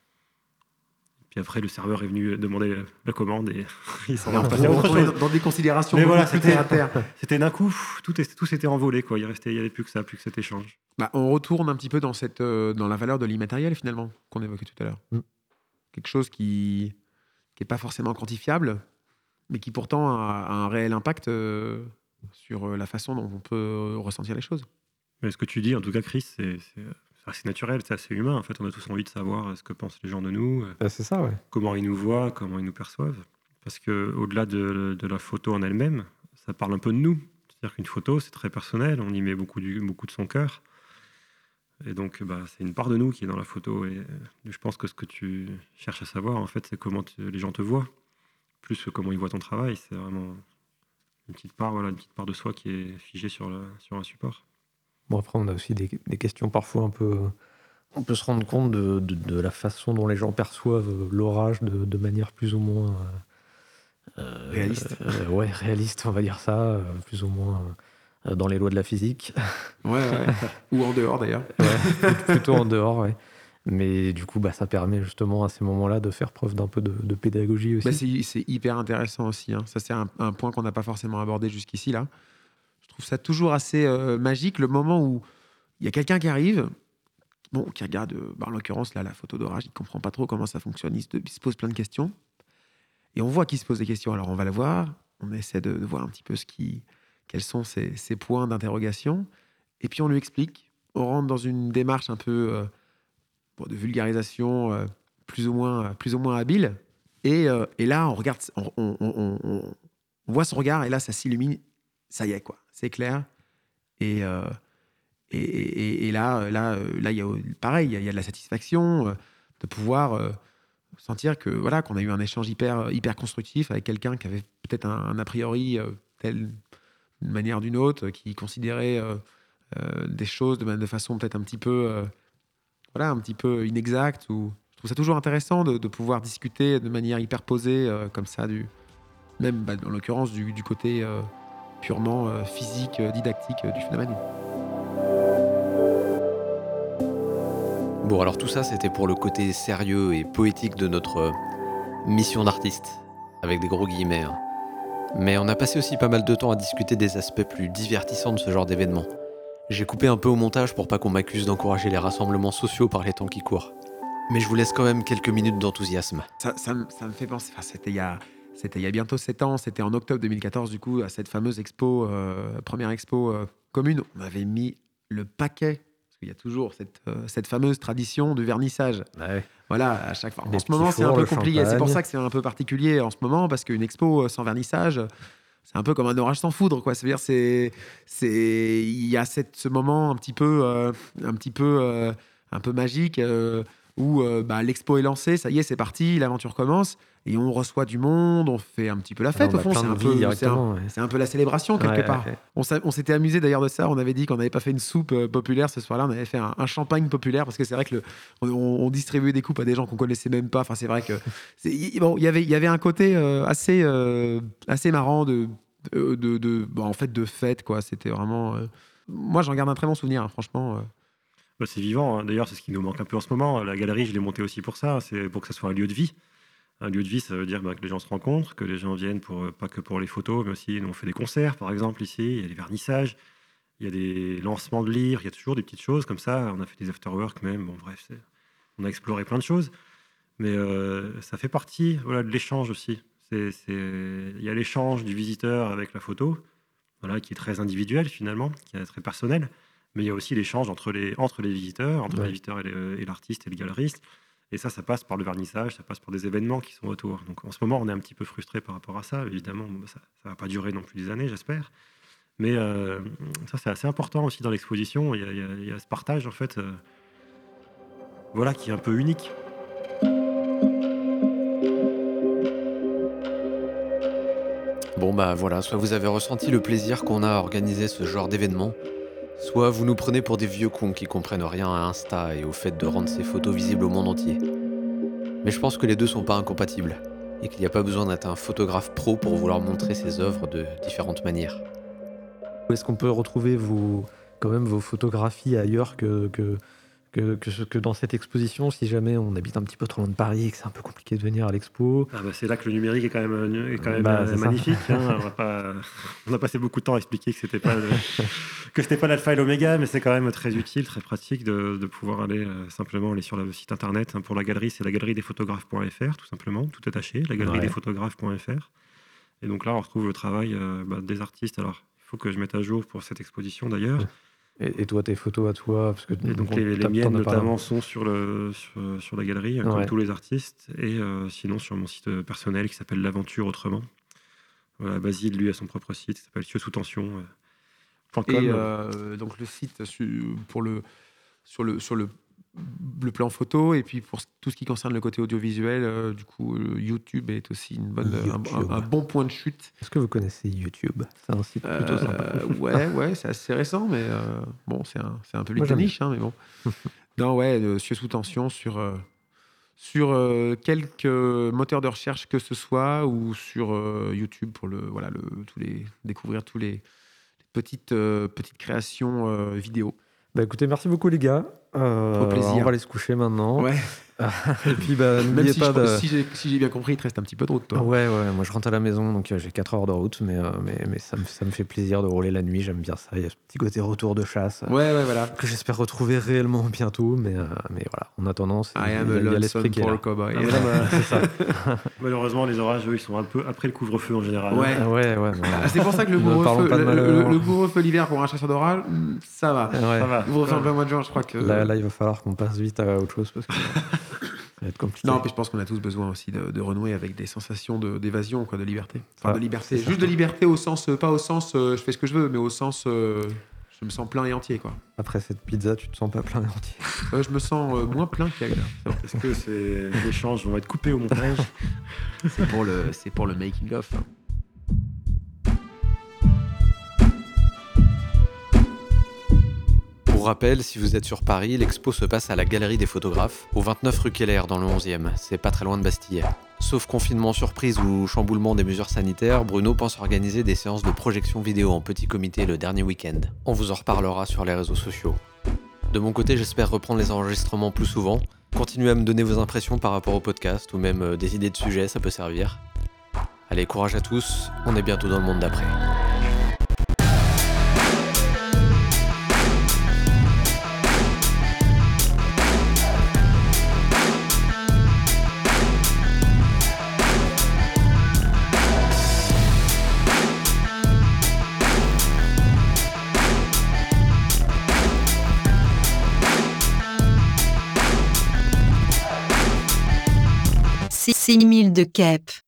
Puis après, le serveur est venu demander euh, la commande et ils s'en Et on sont peut passés à autre retrouver chose. dans, dans des considérations Mais beaucoup voilà, plus c'était- terre à terre. C'était d'un coup, pff, tout, est- tout s'était envolé, quoi. Il restait, il n'y avait plus que ça, plus que cet échange. Bah, on retourne un petit peu dans, cette, euh, dans la valeur de l'immatériel, finalement, qu'on évoquait tout à l'heure. Mm. Quelque chose qui n'est pas forcément quantifiable, mais qui pourtant a, a un réel impact euh, sur euh, la façon dont on peut euh, ressentir les choses. Mais ce que tu dis, en tout cas, Chris, c'est c'est- c'est assez naturel, c'est assez humain. En fait, on a tous envie de savoir euh, ce que pensent les gens de nous, euh, Bah, c'est ça, ouais. comment ils nous voient, comment ils nous perçoivent. Parce qu'au-delà de, de la photo en elle-même, ça parle un peu de nous. C'est-à-dire qu'une photo, c'est très personnel, on y met beaucoup, du, beaucoup de son cœur. Et donc, bah, c'est une part de nous qui est dans la photo. Et euh, je pense que ce que tu cherches à savoir, en fait, c'est comment tu- les gens te voient, plus que comment ils voient ton travail. C'est vraiment une petite part, voilà, une petite part de soi qui est figée sur, le, sur un support. Bon, après, on a aussi des, des questions parfois un peu. On peut se rendre compte de, de- de la façon dont les gens perçoivent l'orage de, de manière plus ou moins. euh, euh, Réaliste. euh, ouais, réaliste, on va dire ça. euh, plus ou moins euh, dans les lois de la physique. Ouais, ouais. Ou en dehors, d'ailleurs. Ouais, plutôt en dehors, ouais. Mais du coup, bah, ça permet justement à ces moments-là de faire preuve d'un peu de, de pédagogie aussi. Bah, c'est, c'est hyper intéressant aussi. hein. Ça, c'est un, un point qu'on n'a pas forcément abordé jusqu'ici, là. Je trouve ça toujours assez euh, magique, le moment où il y a quelqu'un qui arrive, bon, qui regarde, euh, bah, en l'occurrence, là, la photo d'orage, il ne comprend pas trop comment ça fonctionne, il se, il se pose plein de questions. Et on voit qu'il se pose des questions. Alors, on va la voir, on essaie de, de voir un petit peu ce qui, quels sont ses, ses points d'interrogation. Et puis, on lui explique. On rentre dans une démarche un peu euh, bon, de vulgarisation euh, plus, ou moins, plus ou moins habile. Et, euh, et là, on regarde, on, on- on- on- on voit son regard, et là, ça s'illumine. Ça y est, quoi. C'est clair. Et, euh, et, et- et là, là, euh, là, il y a pareil, il y, a- il y a de la satisfaction euh, de pouvoir euh, sentir que voilà qu'on a eu un échange hyper hyper constructif avec quelqu'un qui avait peut-être un, un a priori euh, telle d'une manière ou d'une autre, qui considérait euh, euh, des choses de, de façon peut-être un petit peu euh, voilà un petit peu inexacte. Ou je trouve ça toujours intéressant de, de pouvoir discuter de manière hyper posée euh, comme ça, du même bah, en l'occurrence du, du côté euh, purement euh, physique, euh, didactique euh, du phénomène. Bon, alors tout ça, c'était pour le côté sérieux et poétique de notre euh, mission d'artiste, avec des gros guillemets. Hein. Mais on a passé aussi pas mal de temps à discuter des aspects plus divertissants de ce genre d'événement. J'ai coupé un peu au montage pour pas qu'on m'accuse d'encourager les rassemblements sociaux par les temps qui courent. Mais je vous laisse quand même quelques minutes d'enthousiasme. Ça, ça, me- ça me fait penser, enfin, c'était il y a, c'était il y a bientôt sept ans, c'était en octobre deux mille quatorze, du coup, à cette fameuse expo, euh, première expo euh, commune. On avait mis le paquet, parce qu'il y a toujours cette, euh, cette fameuse tradition du vernissage. Ouais. Voilà, à chaque fois. Les En ce petits moment, c'est un fours, peu le compliqué. C'est pour champagne. ça que c'est un peu particulier en ce moment, parce qu'une expo euh, sans vernissage, c'est un peu comme un orage sans foudre, quoi. C'est-à-dire, c'est, c'est, il y a cette, ce moment un petit peu, euh, un petit peu, euh, un peu magique euh, où euh, bah, l'expo est lancée, ça y est, c'est parti, l'aventure commence, et on reçoit du monde, on fait un petit peu la fête. Alors, Au on a fond, plein c'est de un vie peu, c'est un, directement, ouais. c'est un peu la célébration quelque Ouais, part. ouais, ouais. On, s'a- on s'était amusé d'ailleurs de ça. On avait dit qu'on n'avait pas fait une soupe euh, populaire ce soir-là. On avait fait un, un champagne populaire parce que c'est vrai que le, on, on distribuait des coupes à des gens qu'on connaissait même pas. Enfin, c'est vrai que c'est, y- bon, il y avait, il y avait un côté euh, assez, euh, assez marrant de, de, de, de- bon, en fait, de fête, quoi. C'était vraiment. euh, Moi, j'en garde un très bon souvenir, hein, franchement. euh. Bah, c'est vivant, hein. D'ailleurs, c'est ce qui nous manque un peu en ce moment. La galerie, je l'ai montée aussi pour ça. C'est pour que ça soit un lieu de vie. Un lieu de vie, ça veut dire bah, que les gens se rencontrent, que les gens viennent pour, euh, pas que pour les photos, mais aussi nous, on fait des concerts, par exemple, ici. Il y a des vernissages, il y a des lancements de livres, il y a toujours des petites choses comme ça. On a fait des afterwork même. Bon, bref, c'est- on a exploré plein de choses. Mais euh, ça fait partie voilà, de l'échange aussi. C'est, c'est... Il y a l'échange du visiteur avec la photo, voilà, qui est très individuel finalement, qui est très personnel. Mais il y a aussi l'échange entre les, entre les visiteurs, entre Ouais. les visiteurs et, le- et l'artiste et le galeriste. Et ça, ça passe par le vernissage, ça passe par des événements qui sont autour. Donc en ce moment, on est un petit peu frustré par rapport à ça. Évidemment, bon, ça ne va pas durer non plus des années, j'espère. Mais euh, ça, c'est assez important aussi dans l'exposition. Il y a, il y a- il y a ce partage, en fait, euh, voilà, qui est un peu unique. Bon bah voilà, soit vous avez ressenti le plaisir qu'on a à organiser ce genre d'événement, soit vous nous prenez pour des vieux cons qui comprennent rien à Insta et au fait de rendre ces photos visibles au monde entier. Mais je pense que les deux sont pas incompatibles, et qu'il n'y a pas besoin d'être un photographe pro pour vouloir montrer ses œuvres de différentes manières. Où est-ce qu'on peut retrouver vos, quand même vos photographies ailleurs que, que, que, que, ce- que dans cette exposition, si jamais on habite un petit peu trop loin de Paris et que c'est un peu compliqué de venir à l'expo? Ah bah, c'est là que le numérique est quand même, euh, est quand même Bah, euh, c'est ça. magnifique. hein. On, va pas, on a passé beaucoup de temps à expliquer que c'était pas le- que c'était pas l'alpha et l'oméga, mais c'est quand même très utile, très pratique de, de pouvoir aller euh, simplement aller sur le site internet. hein. Pour la galerie, c'est la galerie des photographes point f r, tout simplement, tout attaché, la galerie Ouais. des photographes point f r. Et donc là, on retrouve le travail euh, bah, des artistes. Alors, il faut que je mette à jour pour cette exposition d'ailleurs. Et, et toi, tes photos à toi, parce que Et donc on- les, les t'en- miennes t'en as parlé. notamment sont sur, le, sur, sur la galerie, comme Ouais. tous les artistes, et euh, sinon sur mon site euh, personnel qui s'appelle L'Aventure Autrement. Voilà, Basile, lui, a son propre site, qui s'appelle Cieux sous tension. euh, point com. Et euh, donc le site su- pour le, sur, le, sur le, le plan photo, et puis pour ce- tout ce qui concerne le côté audiovisuel, euh, du coup, euh, YouTube est aussi une bonne, un- YouTube. un, un bon point de chute. Est-ce que vous connaissez YouTube? C'est un site plutôt Euh, sympa. ouais, ouais, c'est assez récent, mais euh, bon, c'est un, c'est un public Moi, de j'aime niche, hein, mais bon. Non, ouais, euh, Cieux sous tension sur, euh, sur euh, quelques moteurs de recherche que ce soit, ou sur euh, YouTube pour le, voilà, le, tous les, découvrir tous les, les petites, euh, petites créations euh, vidéo. Bah écoutez, merci beaucoup les gars. Euh, Au plaisir. On va aller se coucher maintenant. Ouais. Et puis bah, Même n'oubliez si, pas je- de... si j'ai si j'ai bien compris, il te reste un petit peu de route, toi. Ouais, ouais, moi je rentre à la maison, donc euh, j'ai quatre heures de route, mais, euh, mais, mais ça, me, ça me fait plaisir de rouler la nuit, j'aime bien ça. Il y a ce petit côté retour de chasse euh, Ouais, ouais, voilà. que j'espère retrouver réellement bientôt, mais, euh, mais voilà, en attendant, c'est- I il y a, am il y a a lonesome l'esprit qui est poor là. cowboy. Ah, voilà, bah, c'est ça. Malheureusement, les orages, eux, ils sont un peu après le couvre-feu en général. Ouais. Ah ouais, ouais. bon, Ah, c'est pour ça que le Ne parlons couvre-feu pas de le, le- malheur. le couvre-feu l'hiver pour un chasseur d'orage, hmm, ça va. ouais. Ça va. Le couvre-feu en plein mois de juin, je crois que. Là, là, il va falloir qu'on passe vite à autre chose parce que ça va être compliqué. Non, puis je pense qu'on a tous besoin aussi de, de renouer avec des sensations de- d'évasion, quoi, de liberté. Enfin, Ah, de liberté. c'est Juste de liberté au sens, euh, pas au sens euh, je fais ce que je veux, mais au sens euh, je me sens plein et entier, quoi. Après cette pizza, tu te sens pas plein et entier. Euh, je me sens euh, moins plein qu'elle. Est-ce que ces échanges vont être coupés au montage? C'est pour le, c'est pour le making of. hein. Pour rappel, si vous êtes sur Paris, l'expo se passe à la Galerie des Photographes, au vingt-neuf rue Keller dans le onzième. C'est pas très loin de Bastille. Sauf confinement surprise ou chamboulement des mesures sanitaires, Bruno pense organiser des séances de projection vidéo en petit comité le dernier week-end. On vous en reparlera sur les réseaux sociaux. De mon côté, j'espère reprendre les enregistrements plus souvent. Continuez à me donner vos impressions par rapport au podcast ou même euh, des idées de sujets, ça peut servir. Allez, courage à tous, on est bientôt dans le monde d'après. six mille de Kep.